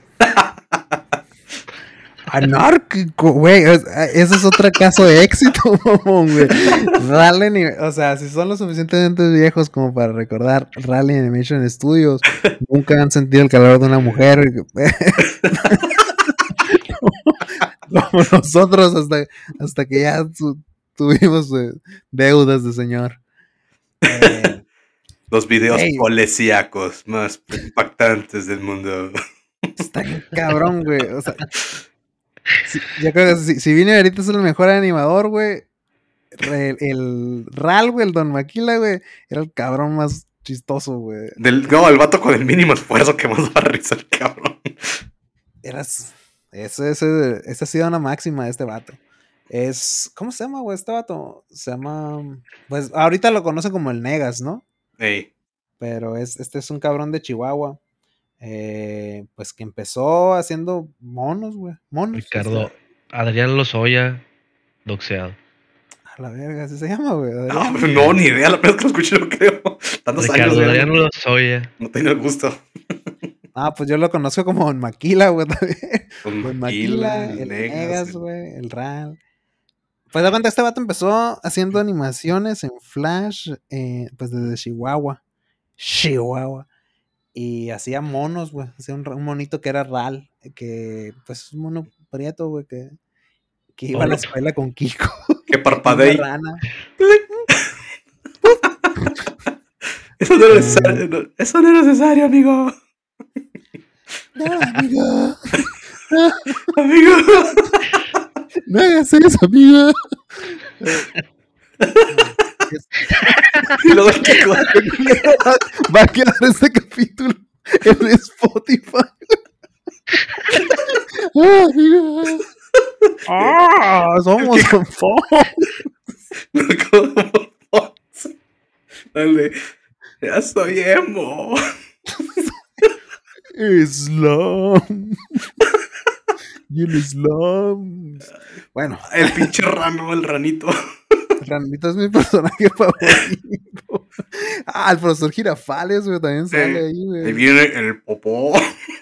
Anárquico, güey. Ese es otro caso de éxito, mamón, güey. O sea, si son lo suficientemente viejos como para recordar Rally Animation Studios, nunca han sentido el calor de una mujer. Como nosotros, hasta que ya tuvimos deudas de señor. Los videos policíacos más impactantes del mundo. Está bien cabrón, güey. O sea, yo creo que si Vini ahorita es el mejor animador, güey. El Ral, güey, el Don Maquila, güey, era el cabrón más chistoso, güey. No, el vato con el mínimo esfuerzo que más da risa, el cabrón. Esa ha sido una máxima de este vato. ¿Cómo se llama, güey, este vato? Se llama, pues ahorita lo conocen como el Negas, ¿no? Ey. Pero este es un cabrón de Chihuahua. Pues que empezó haciendo monos, güey. Monos. Ricardo Adrián Lozoya, doxeado. A la verga, así se llama, güey. No, ni idea, la verdad es que lo escuché, no creo. Tantos Ricardo años, Adrián Lozoya. no tenía el gusto. Pues yo lo conozco como Don Maquila, güey, también. Don Maquila, el Negas, güey, el Ral. Pues da cuenta, este vato empezó haciendo animaciones en Flash, pues desde Chihuahua. Y hacía monos, güey. Hacía un monito que era Ral, que pues un mono prieto, güey, que iba a la escuela con Kiko. Que parpadea. Una rana. Eso no era necesario, eso no era necesario, amigo. No, amigo. Amigo. No hagas eso, amigo. Y luego el Kiko. Va a quedar este capítulo en Spotify. Amigo. Somos Dale. Ya soy emo. Islam. Y el Islam. Bueno, El pinche rano, el ranito. el ranito es mi personaje favorito. El profesor Girafales, güey, también sale ahí, güey. Ahí viene el popó.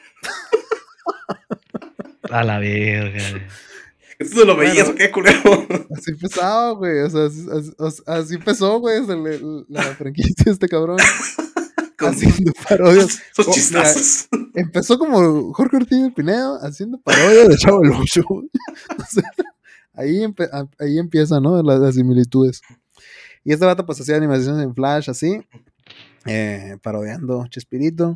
A la verga. ¿Esto no lo veías o qué, culero? Así empezaba, güey. O sea, así empezó, güey, la franquicia de este cabrón. Haciendo parodias. Esos chistazos. Mira, empezó como Jorge Ortiz de Pinedo haciendo parodias de Chavo del Ocho. O sea, ahí empieza, ¿no? Las similitudes. Y este vato pues hacía animaciones en Flash así, parodiando Chespirito.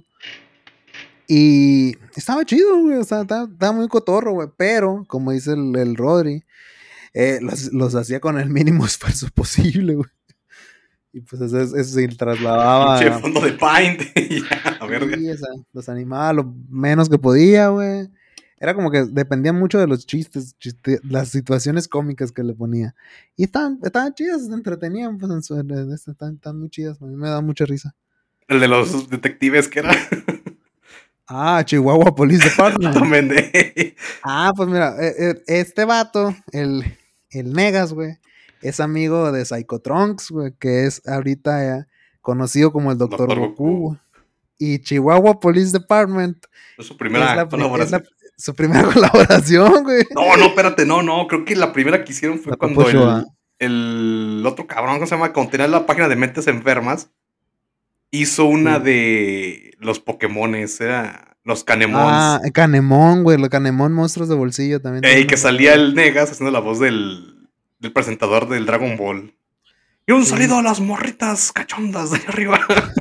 Y estaba chido, güey. O sea, estaba muy cotorro, güey. Pero, como dice el Rodri, los hacía con el mínimo esfuerzo posible, güey. Y pues eso se trasladaba. Pinche fondo de Paint. Y ya, a verga. Sí, o sea, los animaba lo menos que podía, güey. Era como que dependía mucho de los chistes, las situaciones cómicas que le ponía. Y estaban chidas, se entretenían, pues están muy chidas. A mí me da mucha risa. El de los detectives que era. Chihuahua Police Department. También de. Pues mira, este vato, el Negas, güey, es amigo de Psychotrunks, güey, que es ahorita conocido como el Dr. Goku, güey. Y Chihuahua Police Department Es su primera colaboración. Su primera colaboración, güey. No, espérate, no. Creo que la primera que hicieron fue cuando el otro cabrón, ¿cómo se llama? Cuando tenía la página de Mentes Enfermas, hizo una de los Pokémones, era los Canemons. Canemon, güey, los Canemon Monstruos de Bolsillo también. Que salía el Negas haciendo la voz del presentador del Dragon Ball. Y un saludo a las morritas cachondas de allá arriba.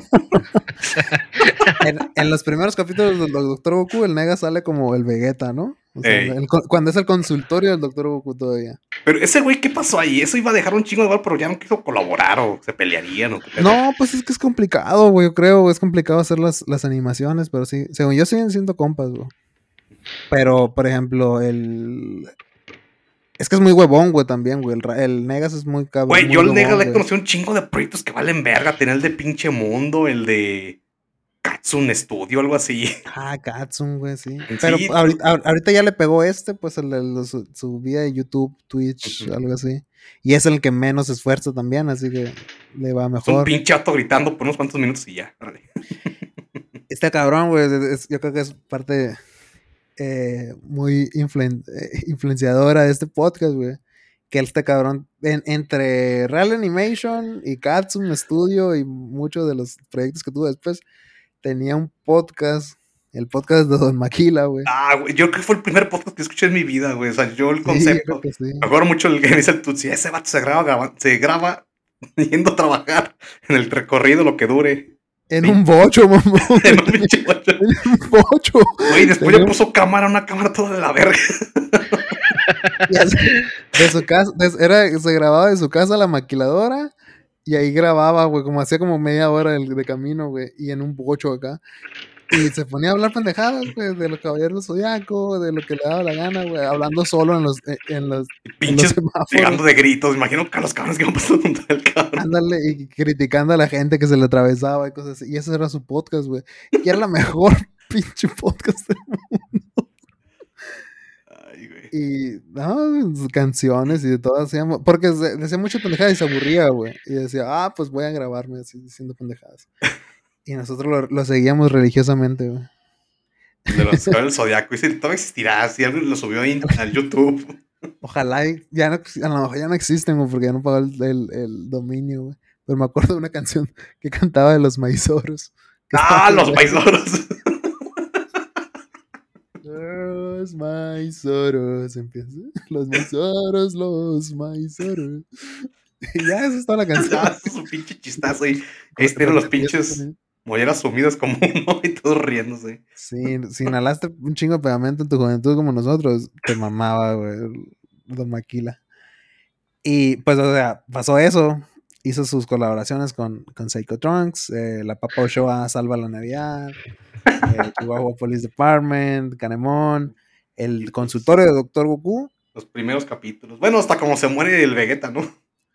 En los primeros capítulos del Dr. Goku, el Negas sale como el Vegeta, ¿no? O sea, cuando es el consultorio del Dr. Goku todavía. Pero ese güey, ¿qué pasó ahí? Eso iba a dejar un chingo de igual, pero ya no quiso colaborar o se pelearían o qué. No, pues es que es complicado, güey, yo creo. Es complicado hacer las animaciones, pero sí. Según yo siguen siendo compas, güey. Pero, por ejemplo, es que es muy huevón, güey, también, güey. El Negas es muy cabrón. Güey, yo al Negas le conocí un chingo de proyectos que valen verga. Tenía el de Pinche Mundo, el de Katsun Studio, algo así. Katsun, güey, sí. Sí, Pero ahorita ya le pegó pues su vida de YouTube, Twitch, algo así. Y es el que menos esfuerzo también, así que le va mejor. Es un pinche vato gritando por unos cuantos minutos y ya. Vale. Este cabrón, güey, yo creo que es parte muy influenciadora de este podcast, güey. Que este cabrón, entre Real Animation y Katsun Studio y muchos de los proyectos que tuvo después, tenía un podcast, el podcast de Don Maquila, güey. Güey, yo creo que fue el primer podcast que escuché en mi vida, güey. O sea, yo el concepto. Sí. Me acuerdo mucho el que me dice el Tutsi, ese vato se graba yendo a trabajar en el recorrido, lo que dure. En Sí. un bocho, mamón. En un pinche bocho. En un bocho. Güey, después Tenía- le puso cámara, una cámara toda de la verga. y así, de su casa, se grababa de su casa a la maquiladora y ahí grababa, güey, como hacía como media hora de camino, güey, y en un bocho acá. Y se ponía a hablar pendejadas, güey, de los caballeros zodiaco, de lo que le daba la gana, güey, hablando solo en los Pinches semáforos. pegando de gritos. Imagino que a los cabrones que van pasando contra el cabrón. Ándale, y criticando a la gente que se le atravesaba y cosas así. Y ese era su podcast, güey. Y era la mejor pinche podcast del mundo. Ay, güey. Y, no, sus canciones y de todas hacíamos. Porque decía mucha pendejada y se aburría, güey. Y decía, pues voy a grabarme así diciendo pendejadas. Y nosotros lo seguíamos religiosamente, güey. De los cabrones del Zodiaco. Y si todavía existirá, si alguien lo subió ahí al YouTube. Ojalá ya no, a lo mejor ya no existen, güey, porque ya no pagó el dominio, güey. Pero me acuerdo de una canción que cantaba de los maizoros. Que estaba Los bien. paisoros. Los maizoros, empieza. Los maizoros. Y ya, eso está la canción. Es un pinche chistazo. Y ahí tienen los pinches molleras sumidas como uno y todos riéndose. Sí, si inhalaste un chingo de pegamento en tu juventud como nosotros, te mamaba, güey, Don Maquila. Y pues, o sea, pasó eso. Hizo sus colaboraciones con Psycho Trunks, la Papa Ochoa Salva la Navidad, Chihuahua Police Department, Canemón, el Y, consultorio de Doctor Goku. Los primeros capítulos. Bueno, hasta como se muere el Vegeta, ¿no?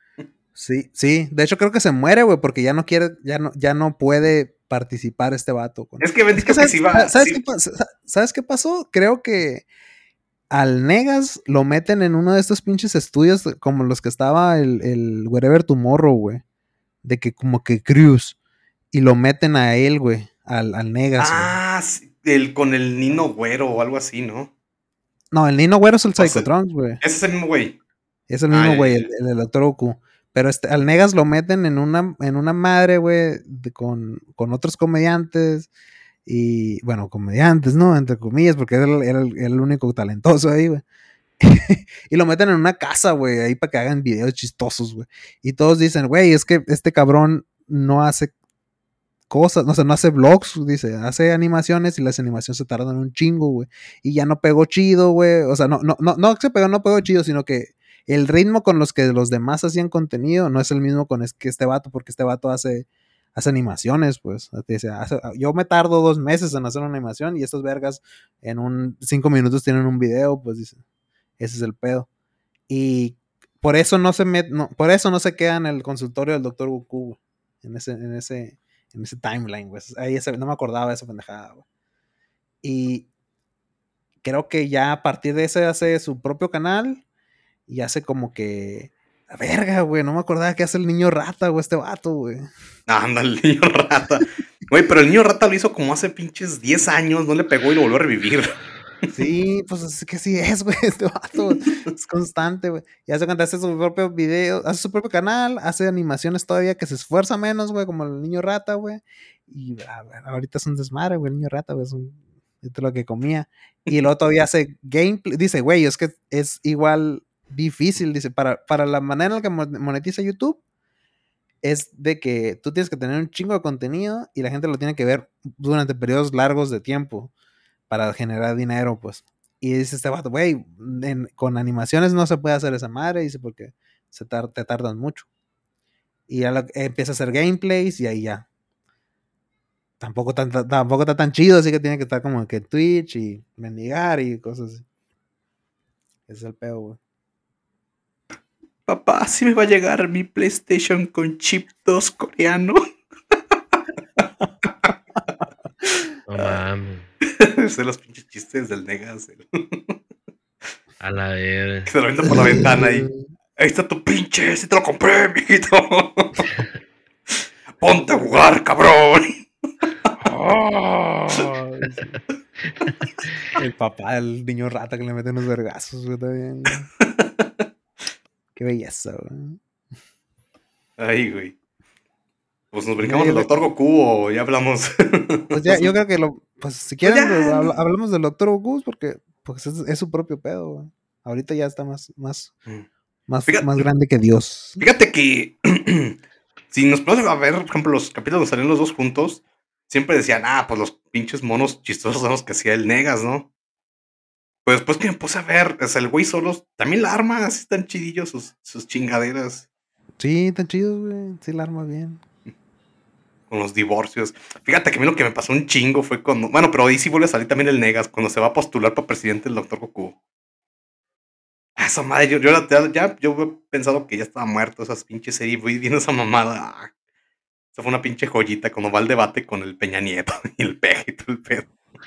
Sí, sí. De hecho, creo que se muere, güey, porque ya no quiere, ya no puede participar este vato. Es que Bendy creo que ¿sabes, sí va. ¿sabes, Sí. ¿sabes qué pasó? Creo que al Negas lo meten en uno de estos pinches estudios como los que estaba el Wherever Tomorrow, güey. De que como que Cruz. Y lo meten a él, güey. Al Negas, güey. Sí, con el Nino Güero o algo así, ¿no? No, el Nino Güero es el O sea, Psychotrunks, güey. Ese es el mismo güey. Es el mismo, ya, güey, ya. el del Doctor Goku. Pero al Negas lo meten en una madre, güey, con otros comediantes. Y, bueno, comediantes, ¿no? Entre comillas, porque era el único talentoso ahí, güey. Y lo meten en una casa, güey, ahí para que hagan videos chistosos, güey. Y todos dicen, güey, es que este cabrón no hace cosas, no sé, no hace vlogs, dice, hace animaciones y las animaciones se tardan un chingo, güey. Y ya no pegó chido, güey. O sea, no se pegó, no pegó chido, sino que el ritmo con los que los demás hacían contenido no es el mismo con que este vato, porque este vato hace animaciones, pues. Dice, yo me tardo 2 meses en hacer una animación y estos vergas en 5 minutos tienen un video, pues dice. Ese es el pedo. Y por eso por eso no se queda en el consultorio del Dr. Goku, güey. En ese timeline, güey. Ahí no me acordaba de esa pendejada, güey. Y creo que ya a partir de ese hace su propio canal y hace como que la verga, güey. No me acordaba que hace el niño rata, güey, este vato, güey. Anda, el niño rata. Güey, pero el niño rata lo hizo como hace pinches 10 años, no le pegó y lo volvió a revivir. Sí, pues es que sí es, güey, este vato es constante, güey. Y hace cuenta, hace su propio video, hace su propio canal, hace animaciones todavía que se esfuerza menos, güey, como el niño rata, güey. Y ahorita es un desmadre, güey, el niño rata, güey, es lo que comía. Y luego todavía hace gameplay, dice, güey, es que es igual difícil, dice, para la manera en la que monetiza YouTube, es de que tú tienes que tener un chingo de contenido y la gente lo tiene que ver durante periodos largos de tiempo para generar dinero, pues. Y dice este vato, güey, con animaciones no se puede hacer esa madre, dice, porque te tardan mucho. Y ya empieza a hacer gameplays y ahí ya. Tampoco está tan chido, así que tiene que estar como que Twitch y mendigar y cosas así. Ese es el pedo, güey. Papá, ¿sí me va a llegar mi PlayStation con chip 2 coreano? No mames. Son los pinches chistes del Negas. A la verga. Que se lo venda por la ventana ahí. Ahí está tu pinche, si te lo compré, mijito. Ponte a jugar, cabrón. Oh, el papá del niño rata que le mete unos vergazos, güey, también. Qué belleza, güey. Ay, güey. Pues nos brincamos al Doctor Goku o ya hablamos. Pues ya, yo creo que pues si quieren, Pues ya. hablamos del Doctor Goku porque pues es su propio pedo, güey. Ahorita ya está más Fíjate. grande que Dios. Fíjate que si nos ponemos a ver, por ejemplo, los capítulos donde salían los dos juntos, siempre decían, pues los pinches monos chistosos son los que hacía el Negas, ¿no? Pues después que me puse a ver, o sea, el güey solos, también la arma, así están chidillos sus chingaderas Sí, tan chido, güey. Sí, la arma bien. con los divorcios. Fíjate que a mí lo que me pasó un chingo fue cuando, bueno, pero ahí sí vuelve a salir también el Negas, cuando se va a postular para presidente el Dr. Goku. Esa madre, yo he pensado que ya estaba muerto esas pinches series, voy viendo esa mamada. Esa fue una pinche joyita cuando va al debate con el Peña Nieto y el Peje y todo el pedo.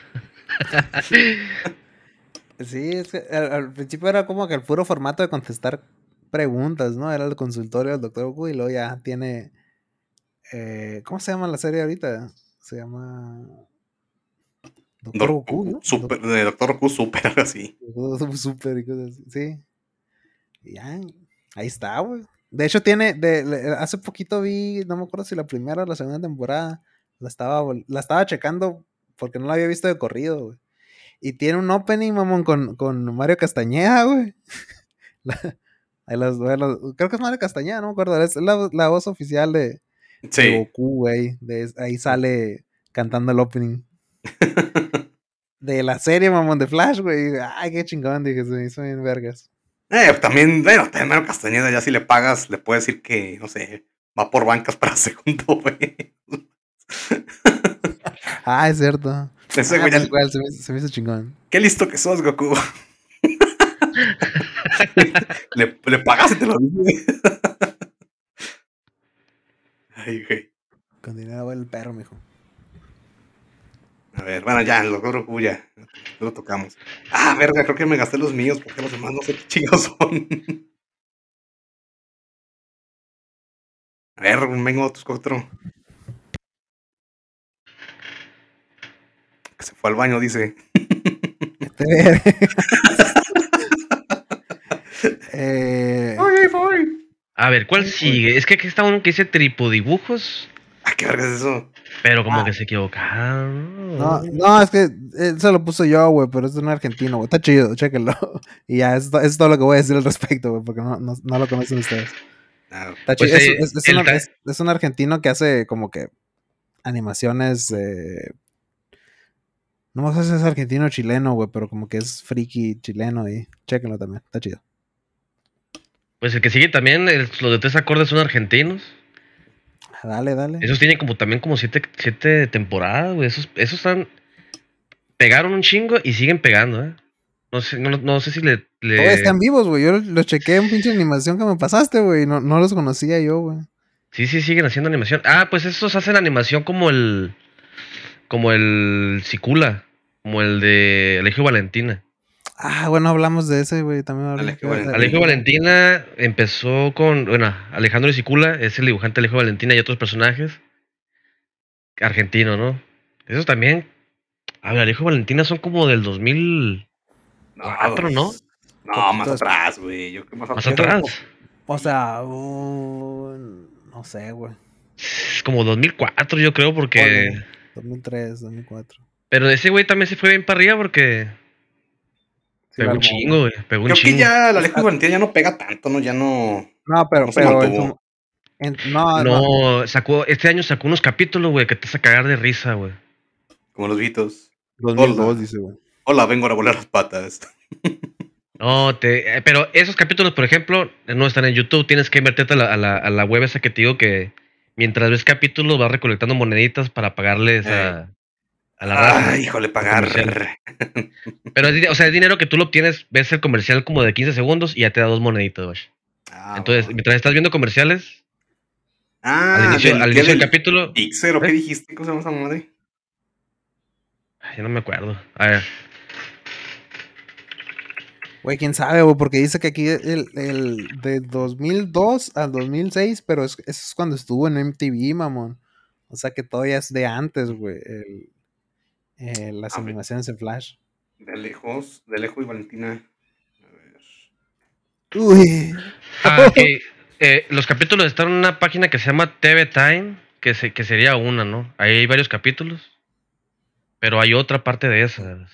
Sí, es que al principio era como que el puro formato de contestar preguntas, ¿no? Era el consultorio del Dr. Goku y luego ya tiene... ¿cómo se llama la serie ahorita? Se llama... Doctor Goku, ¿no? Super, de Dr. Goku Super, algo así. Super y cosas así. Sí. Y ya, ahí está, güey. De hecho, hace poquito vi, no me acuerdo si la primera o la segunda temporada, la estaba checando porque no la había visto de corrido, güey. Y tiene un opening, mamón, con Mario Castañeda, güey. Creo que es Mario Castañeda, no me acuerdo. Es la voz oficial de Goku, güey. Ahí sale cantando el opening. De la serie, mamón, de Flash, güey. Ay, qué chingón, dije, se me hizo bien vergas. También Mario Castañeda, ya si le pagas, le puedes decir que, no sé, va por bancas para segundo, güey. Es cierto. Ese güey tal cual, se me hizo chingón. Qué listo que sos, Goku. le pagas y te lo dice. Ay, güey. Con dinero va el perro, mijo. A ver, bueno, ya, los Goku ya lo tocamos. Verga, creo que me gasté los míos porque los demás no sé qué chingos son. A ver, vengo tus otro. Que se fue al baño, dice. Voy. A ver, ¿cuál sigue? Es que aquí está uno que dice tripodibujos. ¿Qué verga es eso? Pero como que se equivocaron. No, es que eso lo puse yo, güey, pero es de un argentino, güey. Está chido, chéquenlo. Y ya, es todo lo que voy a decir al respecto, güey, porque no lo conocen ustedes. Está chido. Pues es un argentino que hace como que animaciones. No sé si es argentino o chileno, güey, pero como que es friki chileno y chéquenlo también. Está chido. Pues el que sigue también, los de 3 acordes son argentinos. Dale. Esos tienen también como 7 temporadas, güey. Esos están... Pegaron un chingo y siguen pegando, ¿eh? No sé si le... Todavía están vivos, güey. Yo los chequé en pinche animación que me pasaste, güey. No los conocía yo, güey. Sí, siguen haciendo animación. Pues esos hacen animación como el Cicula, como el de Alejo Valentina. Bueno, hablamos de ese, güey. También Alejo Valentina empezó con... Bueno, Alejandro Cicula es el dibujante de Alejo Valentina y otros personajes. Argentino, ¿no? Esos también... Alejo Valentina son como del 2004, ¿no? No, más atrás, güey. ¿Más atrás? O sea, no sé, güey. Es como 2004, yo creo, porque... 2003, 2004. Pero ese güey también se fue bien para arriba porque... Pegó un chingo, güey. Creo que ya la Alejo Valentina ya no pega tanto, ¿no? Ya no... No, pero este año sacó unos capítulos, güey, que te hace cagar de risa, güey. Como los Vitos. 2002, dice, güey. Hola, vengo a revolear las patas. No, pero esos capítulos, por ejemplo, no están en YouTube. Tienes que meterte a la web esa que te digo que mientras ves capítulos vas recolectando moneditas para pagarles a la raza. Híjole, pagar. Pero es dinero que tú lo obtienes, ves el comercial como de 15 segundos y ya te da 2 moneditas, güey. Entonces, mientras estás viendo comerciales, al inicio del capítulo... ¿Pixel o qué dijiste? ¿Cómo se llama esa madre? Ya no me acuerdo. A ver. Güey, quién sabe, güey, porque dice que aquí el de 2002 al 2006, pero eso es cuando estuvo en MTV, mamón. O sea que todavía es de antes, güey, las animaciones en Flash. De lejos y Valentina. A ver. Uy. Okay. Los capítulos están en una página que se llama TV Time, que sería una, ¿no? Ahí hay varios capítulos, pero hay otra parte de esas.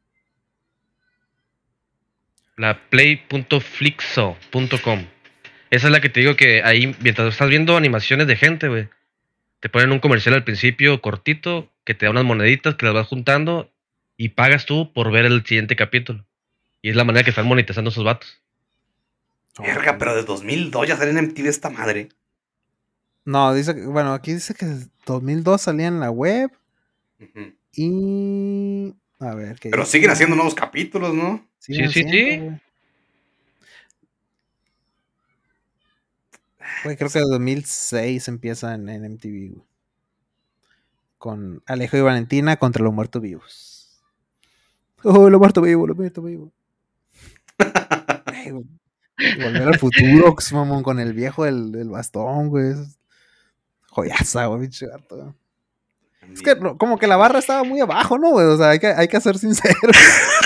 La play.flixo.com. Esa es la que te digo que ahí, mientras estás viendo animaciones de gente, güey, te ponen un comercial al principio cortito que te da unas moneditas que las vas juntando y pagas tú por ver el siguiente capítulo. Y es la manera que están monetizando esos vatos. Verga, pero de 2002 ya salió en MTV esta madre. No, dice que, bueno, aquí dice que 2002 salía en la web Ujú. y... A ver, ¿qué Pero dice? siguen haciendo nuevos capítulos, ¿no? Siguen Sí, haciendo, sí. güey. Güey, creo que 2006 empieza en MTV, güey. Con Alejo y Valentina contra los muertos vivos. Oh, los muertos vivos, los muertos vivos. Ay, güey. Y Volver al futuro, mamón, con el viejo del bastón, güey. Es joyaza, güey, pinche gato. Es que como que la barra estaba muy abajo, ¿no, güey? O sea, hay que ser sinceros.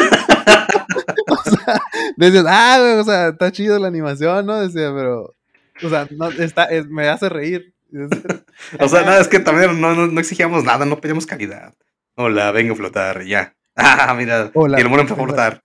O sea, dices, güey, o sea, está chido la animación, ¿no? Decía, pero, o sea, no, me hace reír. O sea, nada, es que también no exigíamos nada, no pedíamos calidad. Hola, vengo a flotar, ya. Ah, mira, Hola. y el mono empezó a flotar.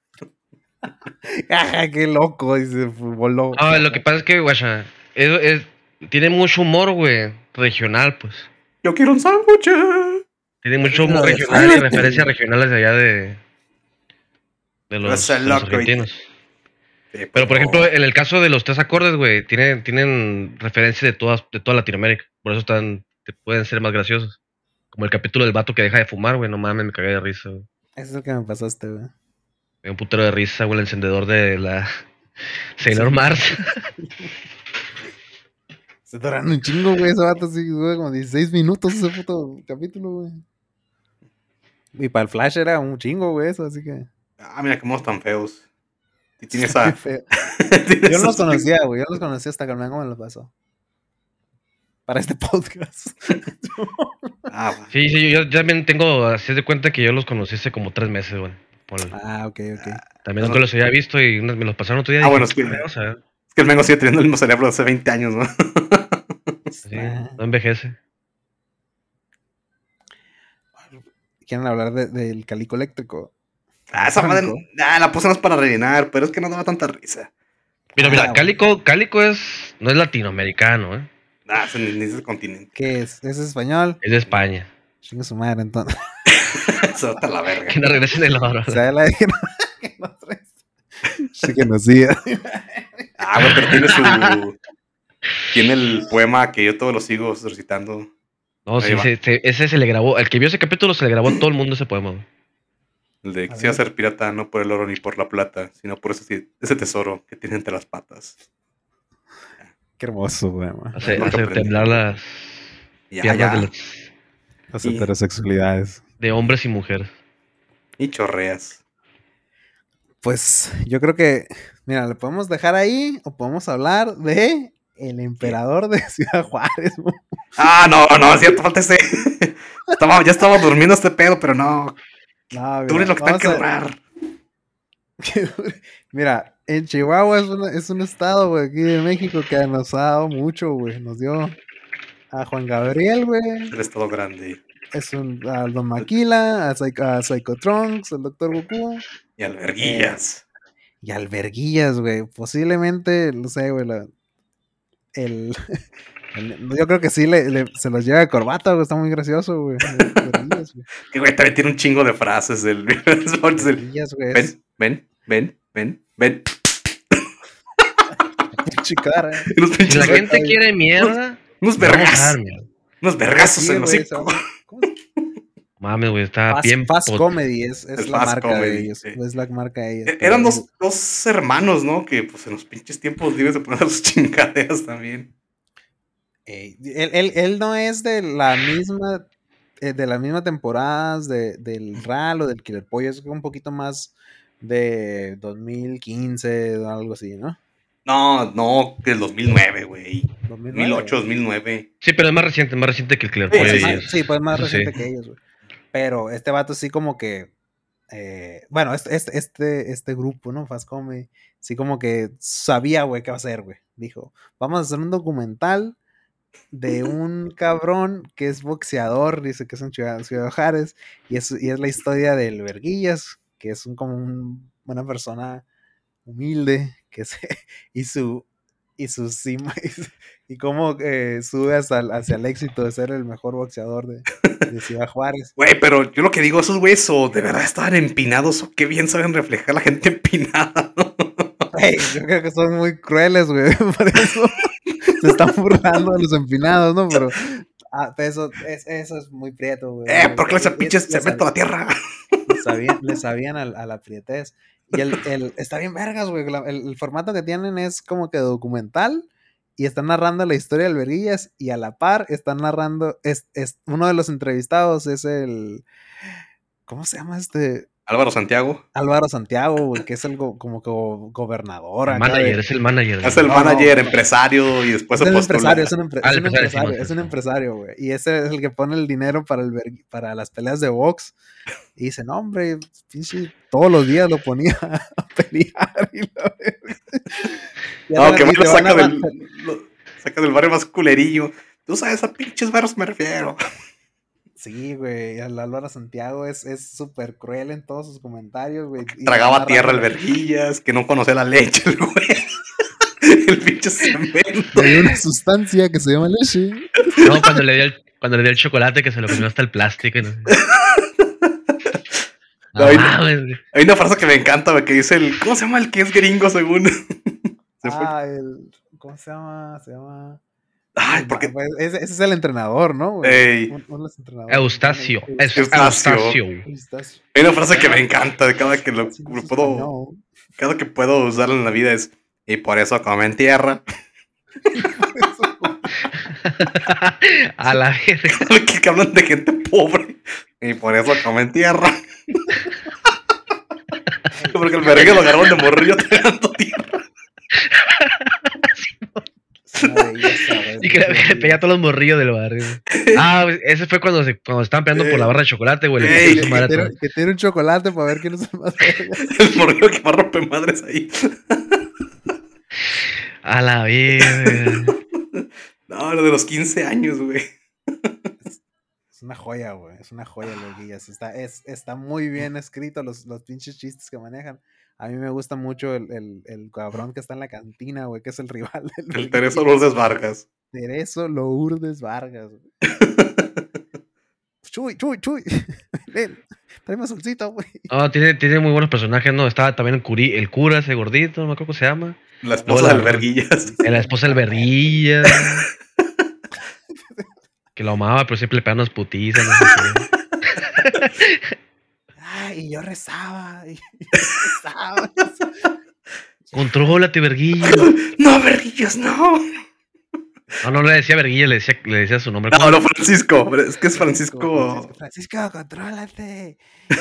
Qué loco, dice, voló. Ah, lo que pasa es que, guacha, tiene mucho humor, güey, regional, pues. Yo quiero un sándwich. Tiene mucho Pero humor de regional y Fiverr. referencias regionales de allá de Ese los loco, argentinos. Sí, Pero, por ejemplo, en el caso de los tres acordes, güey, tienen referencias de toda Latinoamérica. Por eso pueden ser más graciosos. Como el capítulo del vato que deja de fumar, güey, no mames, me cagué de risa, güey. Eso es lo que me pasaste, güey. Me dio un putero de risa, güey, el encendedor de la Sailor Mars. Se tardan un chingo, güey, ese vato así, güey, como 16 minutos ese puto capítulo, güey. Y para el Flash era un chingo, güey, eso, así que... Ah, mira qué modos tan feos. Y tiene Está esa. bien feo. tiene Yo no los esos- conocía, güey, yo no los conocía hasta que me lo pasó. Para este podcast. Ah, va. Sí, yo también tengo, así de cuenta que yo los conocí hace como 3 meses, güey. Ponle. Ok. También nunca los había visto y me los pasaron otro día. Ah, Y bueno, dije, es que- vamos a ver. Es que el Mengo sigue teniendo el mismo cerebro de hace 20 años, ¿no? Sí, no envejece. ¿Quieren hablar del calico eléctrico? Esa madre. Cónico. La puse más para rellenar, pero es que no daba tanta risa. Mira, Ah, Cálico no es latinoamericano, ¿eh? Ese ni es el continente. ¿Qué es? ¿Es español? Es de España. Chinga su madre, entonces. Se va hasta la verga. Que no regresen el oro. O sea, la que no traes. Sí que nos siga. Güey, pero tiene su. Tiene el poema que yo todos lo sigo recitando. No, Ahí sí, va. ese se le grabó. El que vio ese capítulo se le grabó a todo el mundo ese poema, güey. El de A quisiera ver. ser pirata no por el oro ni por la plata, sino por ese tesoro que tiene entre las patas. Qué hermoso, güey. Man. Hace Nunca aprendí. temblar las Ya, piernas ya. Las Y- heterosexualidades. de hombres y mujeres. Y chorreas. Pues yo creo que, mira, le podemos dejar ahí o podemos hablar de el emperador de Ciudad Juárez. ¿No? No, es cierto, falta ese. Ya estaba durmiendo este pedo, pero no. No, Tú eres lo que tengo que durar. Mira, en Chihuahua es un estado, güey, aquí de México que nos ha dado mucho, güey. Nos dio a Juan Gabriel, güey. El estado grande. A Don Maquila, a Psychotrunks, al Dr. Goku. Y alberguillas. Y alberguillas, güey. Posiblemente, no sé, güey, yo creo que sí se los lleva de corbata, güey. Está muy gracioso, güey. Alberguillas, güey. Que güey, también tiene un chingo de frases del. Alberguillas, güey. Ven. Pinche cara. Unos Si pinches. la gente quiere mierda, Unos vamos a vergas. dar mierda. Unos vergazos Sí, en los güey, hocico. ¿cómo? Mames, güey, está bien. Fast Comedy es la Fast marca Comedy, de ellos. sí. Es la marca de ellos. Eran pero dos hermanos, ¿no? Que pues en los pinches tiempos libres se ponen sus chingaderas también. él no es de la misma temporada del RAL o del Killer Pollo. Es un poquito más de 2015 o algo así, ¿no? No, que el 2009, güey. 2009. 2008, 2009. Sí, pero es más reciente que el Killer Sí, Pollo. sí, y sí. es- Sí, pues más eso sí. reciente que ellos, güey. Pero este vato sí como que... bueno, este grupo, ¿no? Fast Comedy, sí como que sabía, güey, qué va a hacer, güey. Dijo, vamos a hacer un documental de un cabrón que es boxeador, dice que es en Ciudad Juárez, y es la historia del Verguillas, que es una persona humilde, y y su cima y cómo sube hacia el éxito de ser el mejor boxeador de Ciudad Juárez. Güey, pero yo lo que digo, esos güeyes o de verdad estaban empinados o qué bien saben reflejar la gente empinada, ¿no? Güey, yo creo que son muy crueles, güey, por eso se están burlando de los empinados, ¿no? Pero eso es muy prieto, güey. ¿Por qué ese pinche cemento a la tierra? Le sabían a la prietez. Y está bien vergas, güey. El formato que tienen es como que documental y están narrando la historia del Verguillas y a la par están narrando, es uno de los entrevistados es ¿cómo se llama este? Álvaro Santiago. Álvaro Santiago, güey, que es como que gobernador. El manager, es el manager. Es el manager, empresario, y después se postula. Es un empresario, güey. Y ese es el que pone el dinero para las peleas de box. Y dice, no, hombre, pinche, todos los días lo ponía a pelear. No, que lo saca del barrio más culerillo. Tú sabes, a pinches barrios me refiero. Sí, güey, el Álvaro Santiago es súper cruel en todos sus comentarios, güey. Tragaba tierra el Verguillas, que no conocía la leche, el güey. El pinche cemento. Hay una sustancia que se llama leche. No, cuando le dio el chocolate que se lo comió hasta el plástico. Y no sé. Hay una frase que me encanta, güey, que dice ¿cómo se llama el que es gringo según? ¿Cómo se llama? Se llama... Ay, porque ese es el entrenador, ¿no? Eustacio. Hay una frase que me encanta de cada que cada que puedo usarla en la vida es y por eso comen tierra. A la verga. Que hablan de gente pobre y por eso comen tierra. Porque el verga lo agarraron de morrillo tragando tierra. Y que le pega a todos los morrillos del barrio. Ese fue cuando estaban peleando por la barra de chocolate, güey. Que tiene un chocolate para ver quién es el más verga. El morrillo que más rompe madres ahí. A la verga. No, lo de los 15 años, güey. Es una joya, güey. Es una joya, Verguillas. Está muy bien escrito los pinches chistes que manejan. A mí me gusta mucho el cabrón que está en la cantina, güey, que es el rival del El Tereso Lourdes Vargas. Tereso Lourdes Vargas, güey. Chuy. Ven, tráeme solcito, güey. No, tiene muy buenos personajes, ¿no? Estaba también el cura, ese gordito, no me acuerdo cómo se llama. La esposa del Verguillas. La esposa del Verguillas. Que lo amaba, pero siempre le pegaban unas putizas, no sé qué. Y yo rezaba. Contrólate, Verguillas. No, Verguillas, no. No le decía Verguillas, le decía su nombre. No, Francisco. Es que es Francisco. Francisco, contrólate.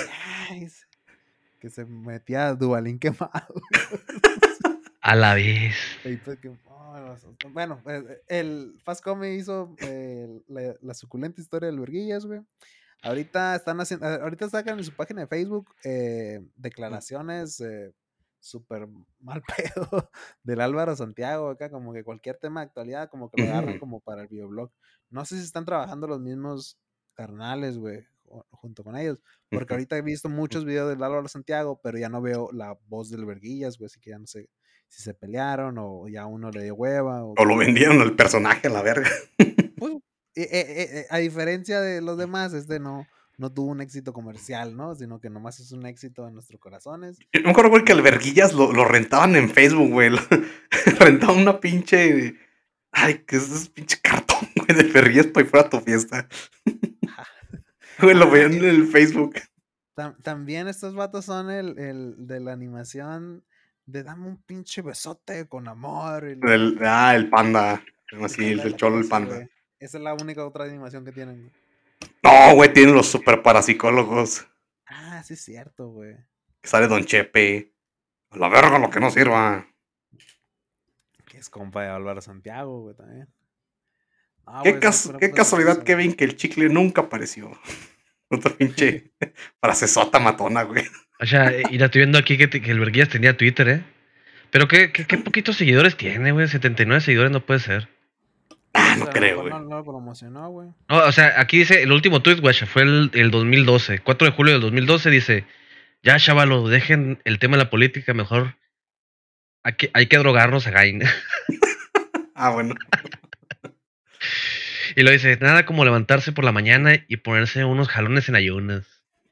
Que se metía Duvalín quemado. A la vez. Bueno, el Fastcom hizo la suculenta historia del Verguillas, güey. Ahorita sacan en su página de Facebook declaraciones súper mal pedo del Álvaro Santiago, acá como que cualquier tema de actualidad como que lo agarran como para el videoblog. No sé si están trabajando los mismos carnales, güey, junto con ellos, porque ahorita he visto muchos videos del Álvaro Santiago, pero ya no veo la voz del Verguillas, güey, así que ya no sé si se pelearon o ya uno le dio hueva. O lo vendieron al personaje a la verga. Pues, a diferencia de los demás, no tuvo un éxito comercial, ¿no? Sino que nomás es un éxito en nuestros corazones. Yo me acuerdo, güey, que el Verguillas lo rentaban en Facebook, güey. Rentaban una pinche... Ay, que es pinche cartón, güey, del Verguillas para ir fuera a tu fiesta. Güey, lo veían en el Facebook. También estos vatos son el de la animación de dame un pinche besote con amor. El panda. Así, el cholo, el panda. Wey. Esa es la única otra animación que tienen. No, güey, tienen los super parapsicólogos. Sí es cierto, güey. Que sale Don Chepe. A la verga lo que no sirva. Que es compa de Álvaro Santiago, güey, también. Qué casualidad, Kevin, que el chicle nunca apareció. Otra pinche frasesota matona, güey. O sea, y la estoy viendo aquí que el Verguillas tenía Twitter, ¿eh? Pero qué poquitos seguidores tiene, güey. 79 seguidores no puede ser. No creo, güey. No lo promocionó, güey. No, o sea, aquí dice, el último tweet, güey, fue el 2012. 4 de julio del 2012 dice, ya, chavalos, dejen el tema de la política, mejor hay que drogarnos a Gain. Bueno. Y lo dice, nada como levantarse por la mañana y ponerse unos jalones en ayunas.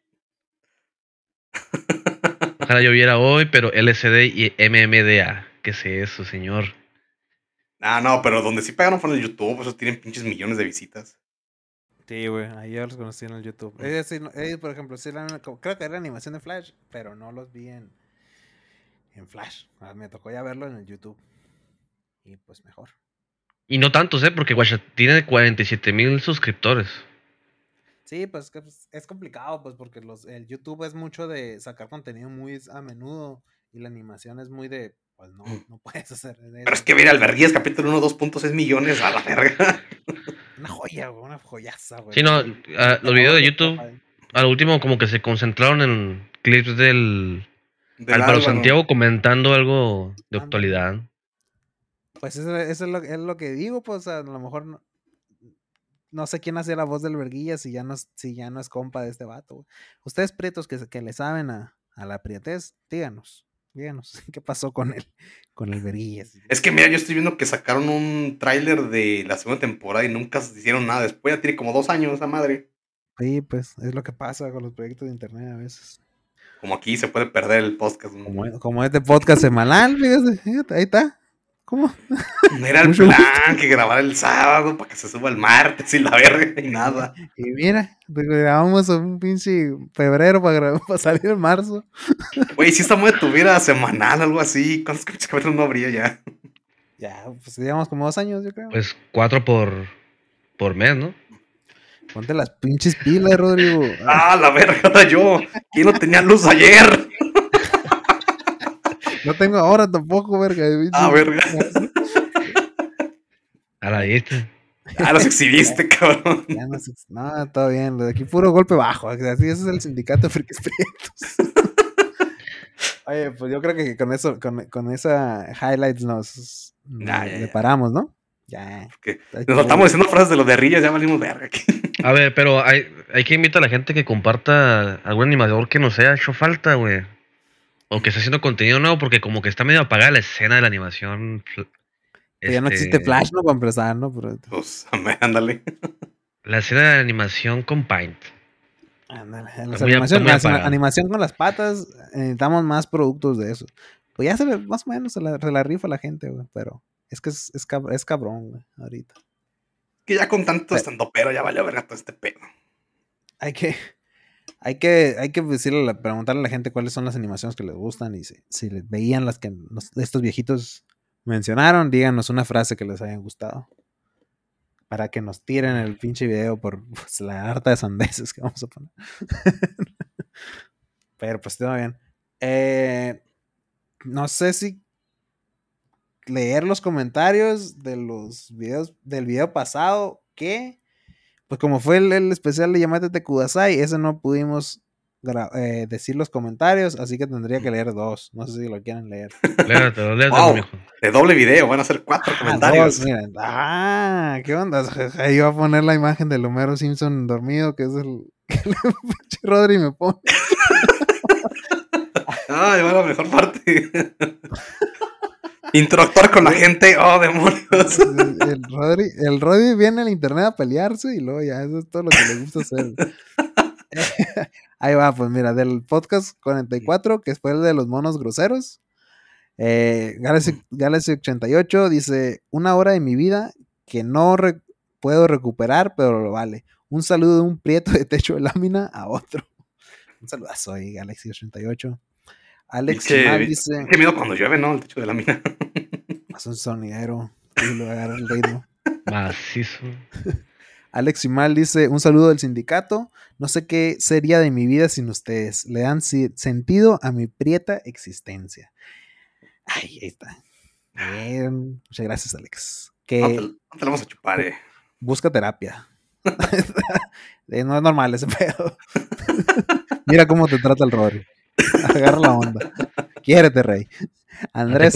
Ojalá lloviera hoy, pero LCD y MMDA. ¿Qué es eso, señor? No, pero donde sí pegaron fue en el YouTube. Esos tienen pinches millones de visitas. Sí, güey, ahí yo los conocí en el YouTube. Sí, por ejemplo, sí creo que era animación de Flash, pero no los vi en Flash. Me tocó ya verlo en el YouTube. Y pues mejor. Y no tantos, porque Guacha tiene 47,000 suscriptores. Sí, pues es complicado, pues porque el YouTube es mucho de sacar contenido muy a menudo y la animación es muy de, pues no puedes hacer eso. Pero es que mira, Alberguías capítulo 1, 2.6 millones a la verga. Una joya, güey, una joyaza, güey. Sí, no, los videos de YouTube, al último como que se concentraron en clips del Álvaro Santiago comentando algo de actualidad. Pues eso es lo que digo, pues a lo mejor no sé quién hacía la voz del Verguilla si ya no es compa de este vato, güey. Ustedes prietos que le saben a la prietez, díganos qué pasó con el Verguillas. Es que mira, yo estoy viendo que sacaron un tráiler de la segunda temporada y nunca se hicieron nada. Después ya tiene como 2 años esa madre. Sí, pues es lo que pasa con los proyectos de internet a veces. Como aquí se puede perder el podcast. Como este podcast semanal, fíjate, ahí está. ¿Cómo? Era el plan que grabar el sábado para que se suba el martes y la verga y nada. Y mira, grabamos un pinche febrero para salir en marzo. Güey, si esta madre tuviera semanal, algo así, ¿cuántos capítulos no habría ya? Ya, pues digamos como 2 años, yo creo. Pues 4 por mes, ¿no? Ponte las pinches pilas, Rodrigo. La verga, era yo. ¿Quién no tenía luz ayer? No tengo ahora tampoco, verga. Verga. A la vista. Los exhibiste, cabrón. Ya no, todo bien. Lo de aquí puro golpe bajo. Así, ese es el sindicato de frikis prietos. Oye, pues yo creo que con eso, con esa highlights nos paramos, ¿no? Ya. Nos estamos diciendo frases de los de Rillas, ya valimos verga aquí. A ver, pero hay que invitar a la gente que comparta algún animador que nos haya hecho falta, güey. O que esté haciendo contenido nuevo, porque como que está medio apagada la escena de la animación. Ya no existe Flash, ¿no? Para empezar, ¿no? Pero... Pues, ándale. La escena de animación con Paint. Ándale. Animación con las patas, necesitamos más productos de eso. Pues ya más o menos se la rifa la gente, güey. Pero es que es cabrón, güey, ahorita. Que ya con tanto estandopero ya valió verga todo este pedo. Hay que preguntarle a la gente cuáles son las animaciones que les gustan y si veían las que estos viejitos mencionaron, díganos una frase que les haya gustado para que nos tiren el pinche video por la harta de sandeces que vamos a poner. Pero pues todo bien. No sé si leer los comentarios de los videos del video pasado, que pues como fue el especial de Yamate Kudasai, ese no pudimos decir los comentarios, así que tendría que leer 2. No sé si lo quieren leer. Léate, mijo. De doble video, van a ser 4 comentarios. 2, miren. ¿Qué onda? Ahí va a poner la imagen del Homero Simpson dormido, que es el pinche Rodri me pone. Va la mejor parte. Interactuar con la gente, demonios. El Rodri viene al internet a pelearse y luego ya, eso es todo lo que le gusta hacer. Ahí va, pues mira, del podcast 44, que fue el de los monos groseros. Galaxy 88 dice: 1 hora de mi vida que no puedo recuperar, pero lo vale. Un saludo de un prieto de techo de lámina a otro. Un saludazo ahí, Galaxy 88. Alex Chimal dice: qué miedo cuando llueve, ¿no? El techo de lámina. Es un sonidero y lo agarra el ritmo. Macizo. Alex Chimal dice: un saludo del sindicato. No sé qué sería de mi vida sin ustedes. Le dan sentido a mi prieta existencia. Ahí está. Bien. Muchas gracias, Alex. No te lo vamos a chupar, Busca terapia. No es normal ese pedo. Mira cómo te trata el Rory. Agarra la onda. Quiérete, rey. Andrés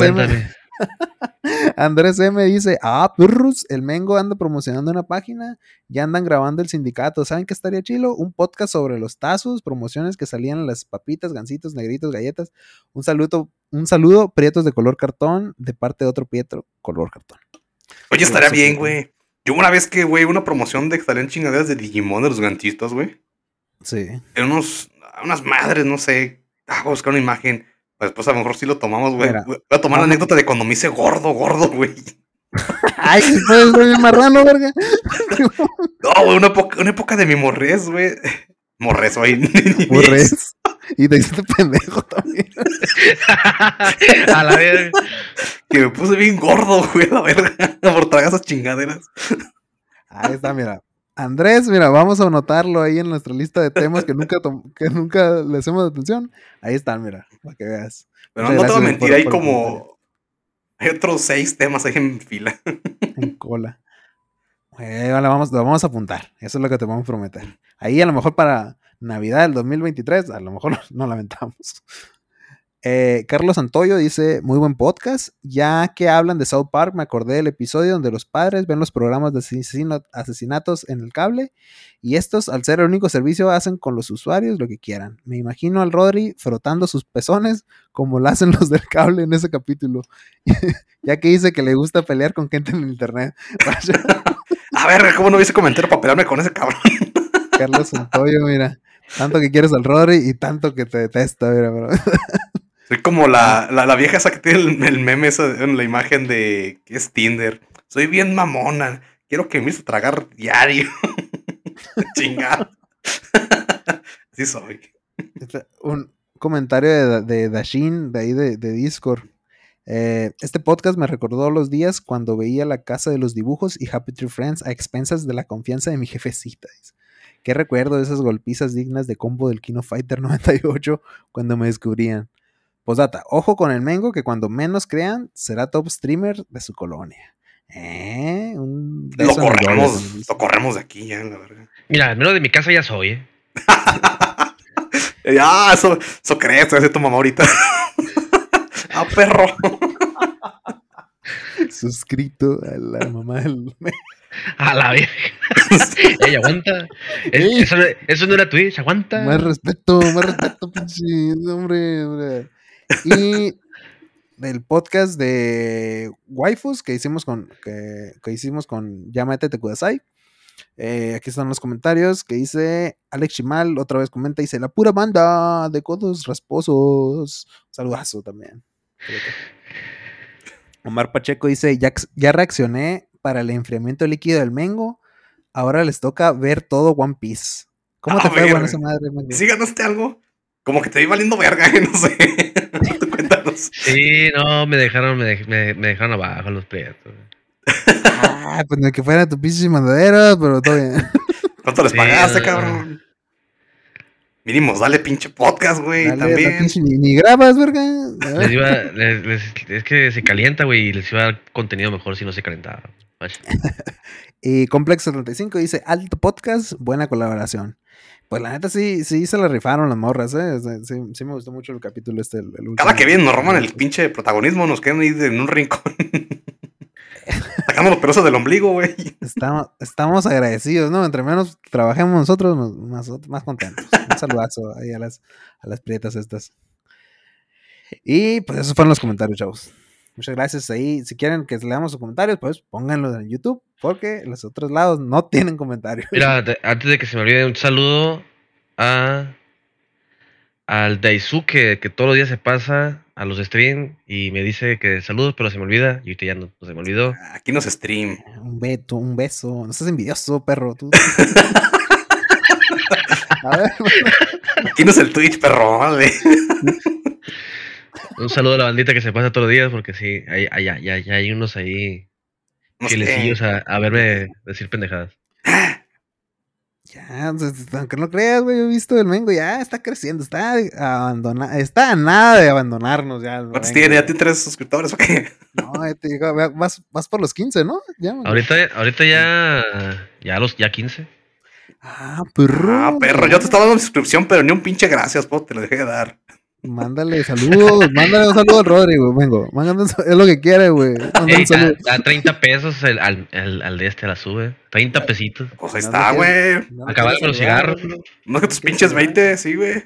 M dice: perros, el Mengo anda promocionando una página, ya andan grabando el sindicato. ¿Saben qué estaría chilo? Un podcast sobre los tazos, promociones que salían en las papitas, gancitos, negritos, galletas. Un saludo, prietos de color cartón, de parte de otro Pietro, color cartón. Oye, estaría bien, güey. Yo una vez que, güey, una promoción de que salían chingaderas de Digimon de los gantistas, güey. Sí. En unas madres, no sé. Voy a buscar una imagen. Pues después a lo mejor sí lo tomamos, güey. Mira, Voy a tomar la anécdota de cuando me hice gordo, güey. Ay, pues soy bien marrano, verga. No, güey, una época de mi morrez, güey. Morrez, güey. Morres. Y te hiciste pendejo también. A la verga. Que me puse bien gordo, güey, la verga. Por tragar esas chingaderas. Ahí está, mira. Andrés, mira, vamos a anotarlo ahí en nuestra lista de temas que nunca le hacemos atención. Ahí están, mira, para que veas. Pero Muchas no te voy a gracias mentir, hay por el comentario. como. Hay otros 6 temas ahí en fila. En cola. Lo vamos a apuntar. Eso es lo que te vamos a prometer. Ahí a lo mejor para Navidad del 2023, a lo mejor no lamentamos. Carlos Santoyo dice, muy buen podcast. Ya que hablan de South Park, me acordé del episodio donde los padres ven los programas de asesinatos en el cable y estos, al ser el único servicio, hacen con los usuarios lo que quieran. Me imagino al Rodri frotando sus pezones como lo hacen los del cable en ese capítulo. Ya que dice que le gusta pelear con gente en el internet. A ver, ¿cómo no hubiese comentario para pelearme con ese cabrón? Carlos Santoyo, mira. Tanto que quieres al Rodri y tanto que te detesta, mira, bro. Soy como la vieja esa que tiene el meme esa en la imagen de que es Tinder. Soy bien mamona. Quiero que me hice tragar diario. Chingado. Así soy. Un comentario de Dashin, de ahí de Discord. Este podcast me recordó los días cuando veía La Casa de los Dibujos y Happy Tree Friends a expensas de la confianza de mi jefecita. Qué recuerdo de esas golpizas dignas de combo del Kino Fighter 98 cuando me descubrían. Postdata, ojo con el Mengo que cuando menos crean será top streamer de su colonia. Un beso en el doble, como dice. Lo corremos de aquí ya, la verdad. Mira, al menos de mi casa ya soy, Eso crees, te va a decir tu mamá ahorita. Perro. Suscrito a la mamá del... A la verga. Ey, aguanta. Eso no era Twitch, aguanta. Más respeto, pinche hombre. Y del podcast de waifus que hicimos con Yamete Kudasai. Aquí están los comentarios que dice Alex Chimal, otra vez comenta, dice la pura banda de codos rasposos. Saludazo también. Omar Pacheco dice, ya reaccioné para el enfriamiento líquido del Mengo. Ahora les toca ver todo One Piece. ¿Cómo te fue, bueno, esa madre, Mengo? ¿Sí ganaste algo? Como que te vi valiendo verga, no sé. Tú cuéntanos. Sí, no, me dejaron abajo los prietos. Pues no que fuera tu pinche mandadera, pero todo bien. ¿Cuánto les pagaste, cabrón? Mínimo, dale pinche podcast, güey, también. Ni grabas, verga. Es que se calienta, güey, y les iba a dar contenido mejor si no se calentaba. Y Complex 75 dice, alto podcast, buena colaboración. Pues la neta sí se la rifaron las morras, ¿eh? Sí me gustó mucho el capítulo el último. Cada que vienen nos roban el pinche protagonismo, nos quedan ahí en un rincón. Sacando los pelos del ombligo, güey. Estamos agradecidos, ¿no? Entre menos trabajemos nosotros, más contentos. Un saludazo ahí a las prietas estas. Y pues esos fueron los comentarios, chavos. Muchas gracias ahí. Si quieren que leamos sus comentarios, pues pónganlos en YouTube, porque los otros lados no tienen comentarios. Mira, antes de que se me olvide, un saludo al Daisuke, que todos los días se pasa a los streams y me dice que saludos, pero se me olvida. Y ahorita ya no se me olvidó. Aquí nos stream. Un beso. No seas envidioso, perro. Tú. A ver. Aquí no es el Twitch, perro, vale. Un saludo a la bandita que se pasa todos los días, porque sí, hay unos ahí fielecillos a verme decir pendejadas. Ya, aunque no creas, güey, he visto el Mengo, ya está creciendo, está a nada de abandonarnos ya. ¿Cuántos tiene? ¿Ya tiene 3 suscriptores o qué? No, te digo, vas por los 15, ¿no? Ya, ahorita ya 15. Perro, yo te estaba dando suscripción, pero ni un pinche gracias, te lo dejé de dar. Mándale saludos, mándale un saludo al Rodri, güey, Mengo. Es lo que quiere, güey. Da 30 pesos al de la sube. 30 pesitos. Pues ahí está, güey. Acabar con los cigarros. No es que tus pinches 20, sí, güey.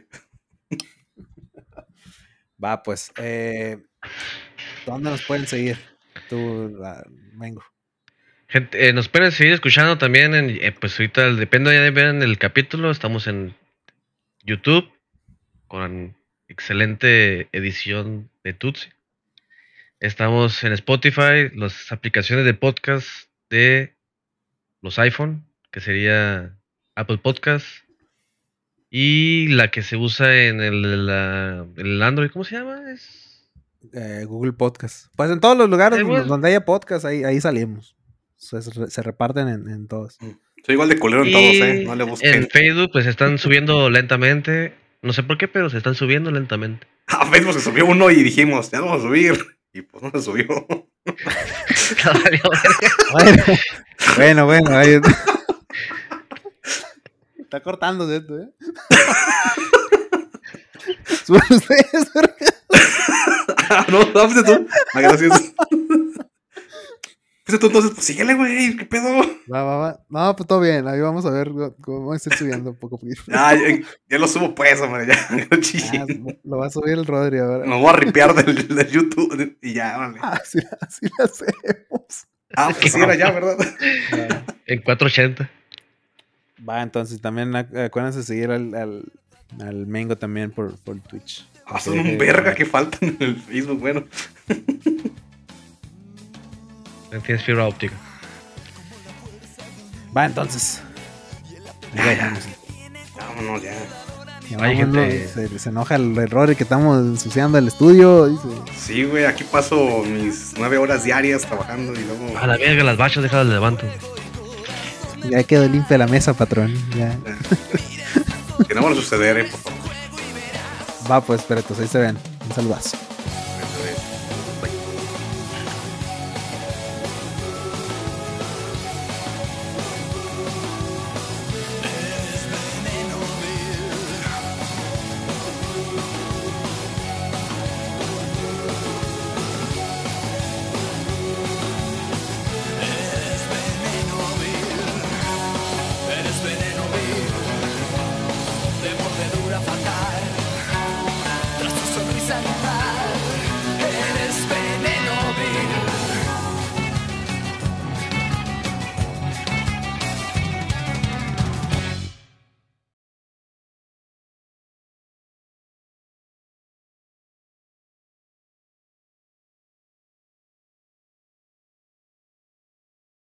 Va, pues. ¿Dónde nos pueden seguir? Tú, Mengo. Gente, nos pueden seguir escuchando también pues ahorita depende ya de ver en el capítulo, estamos en YouTube con excelente edición de Tutsi. Estamos en Spotify, las aplicaciones de podcast de los iPhone, que sería Apple Podcast, y la que se usa en el Android, ¿cómo se llama? Google Podcast. Pues en todos los lugares Bueno. donde haya podcast, ahí salimos. Se reparten en todos. Soy igual de culero en Y todos, no le busquen. en Facebook pues están subiendo lentamente, no sé por qué, pero se están subiendo lentamente. A Facebook se subió uno y dijimos, ya lo vamos a subir. Y pues no se subió. Bueno, ahí está cortándose esto, ¿eh? Suban ustedes, No, fuiste tú. Ah, gracias. Fuiste tú, entonces, pues síguele, güey. ¿Qué pedo? Va. No, pues todo bien. Ahí vamos a ver cómo vamos a estar subiendo un poco. Ya lo subo, pues, hombre. Ya, no chillen. Lo va a subir el Rodri ahora. Me voy a ripear del YouTube y ya, vale. Así lo hacemos. Pues sí era ya, ¿verdad? En 480. Va, entonces también acuérdense de seguir al Mengo también por Twitch. Son un verga que faltan en el Facebook, bueno. Tienes fibra óptica. Va, entonces. Vámonos ya. Hay gente- Se enoja el error que estamos ensuciando el estudio. Dice. Sí, güey, aquí paso mis 9 horas diarias trabajando y luego... A la verga, las bachas, déjalas levanto. Ya quedó limpia la mesa, patrón. Ya. Que no van a suceder, por favor. Va, pues, espérate, ahí se ven. Un saludazo.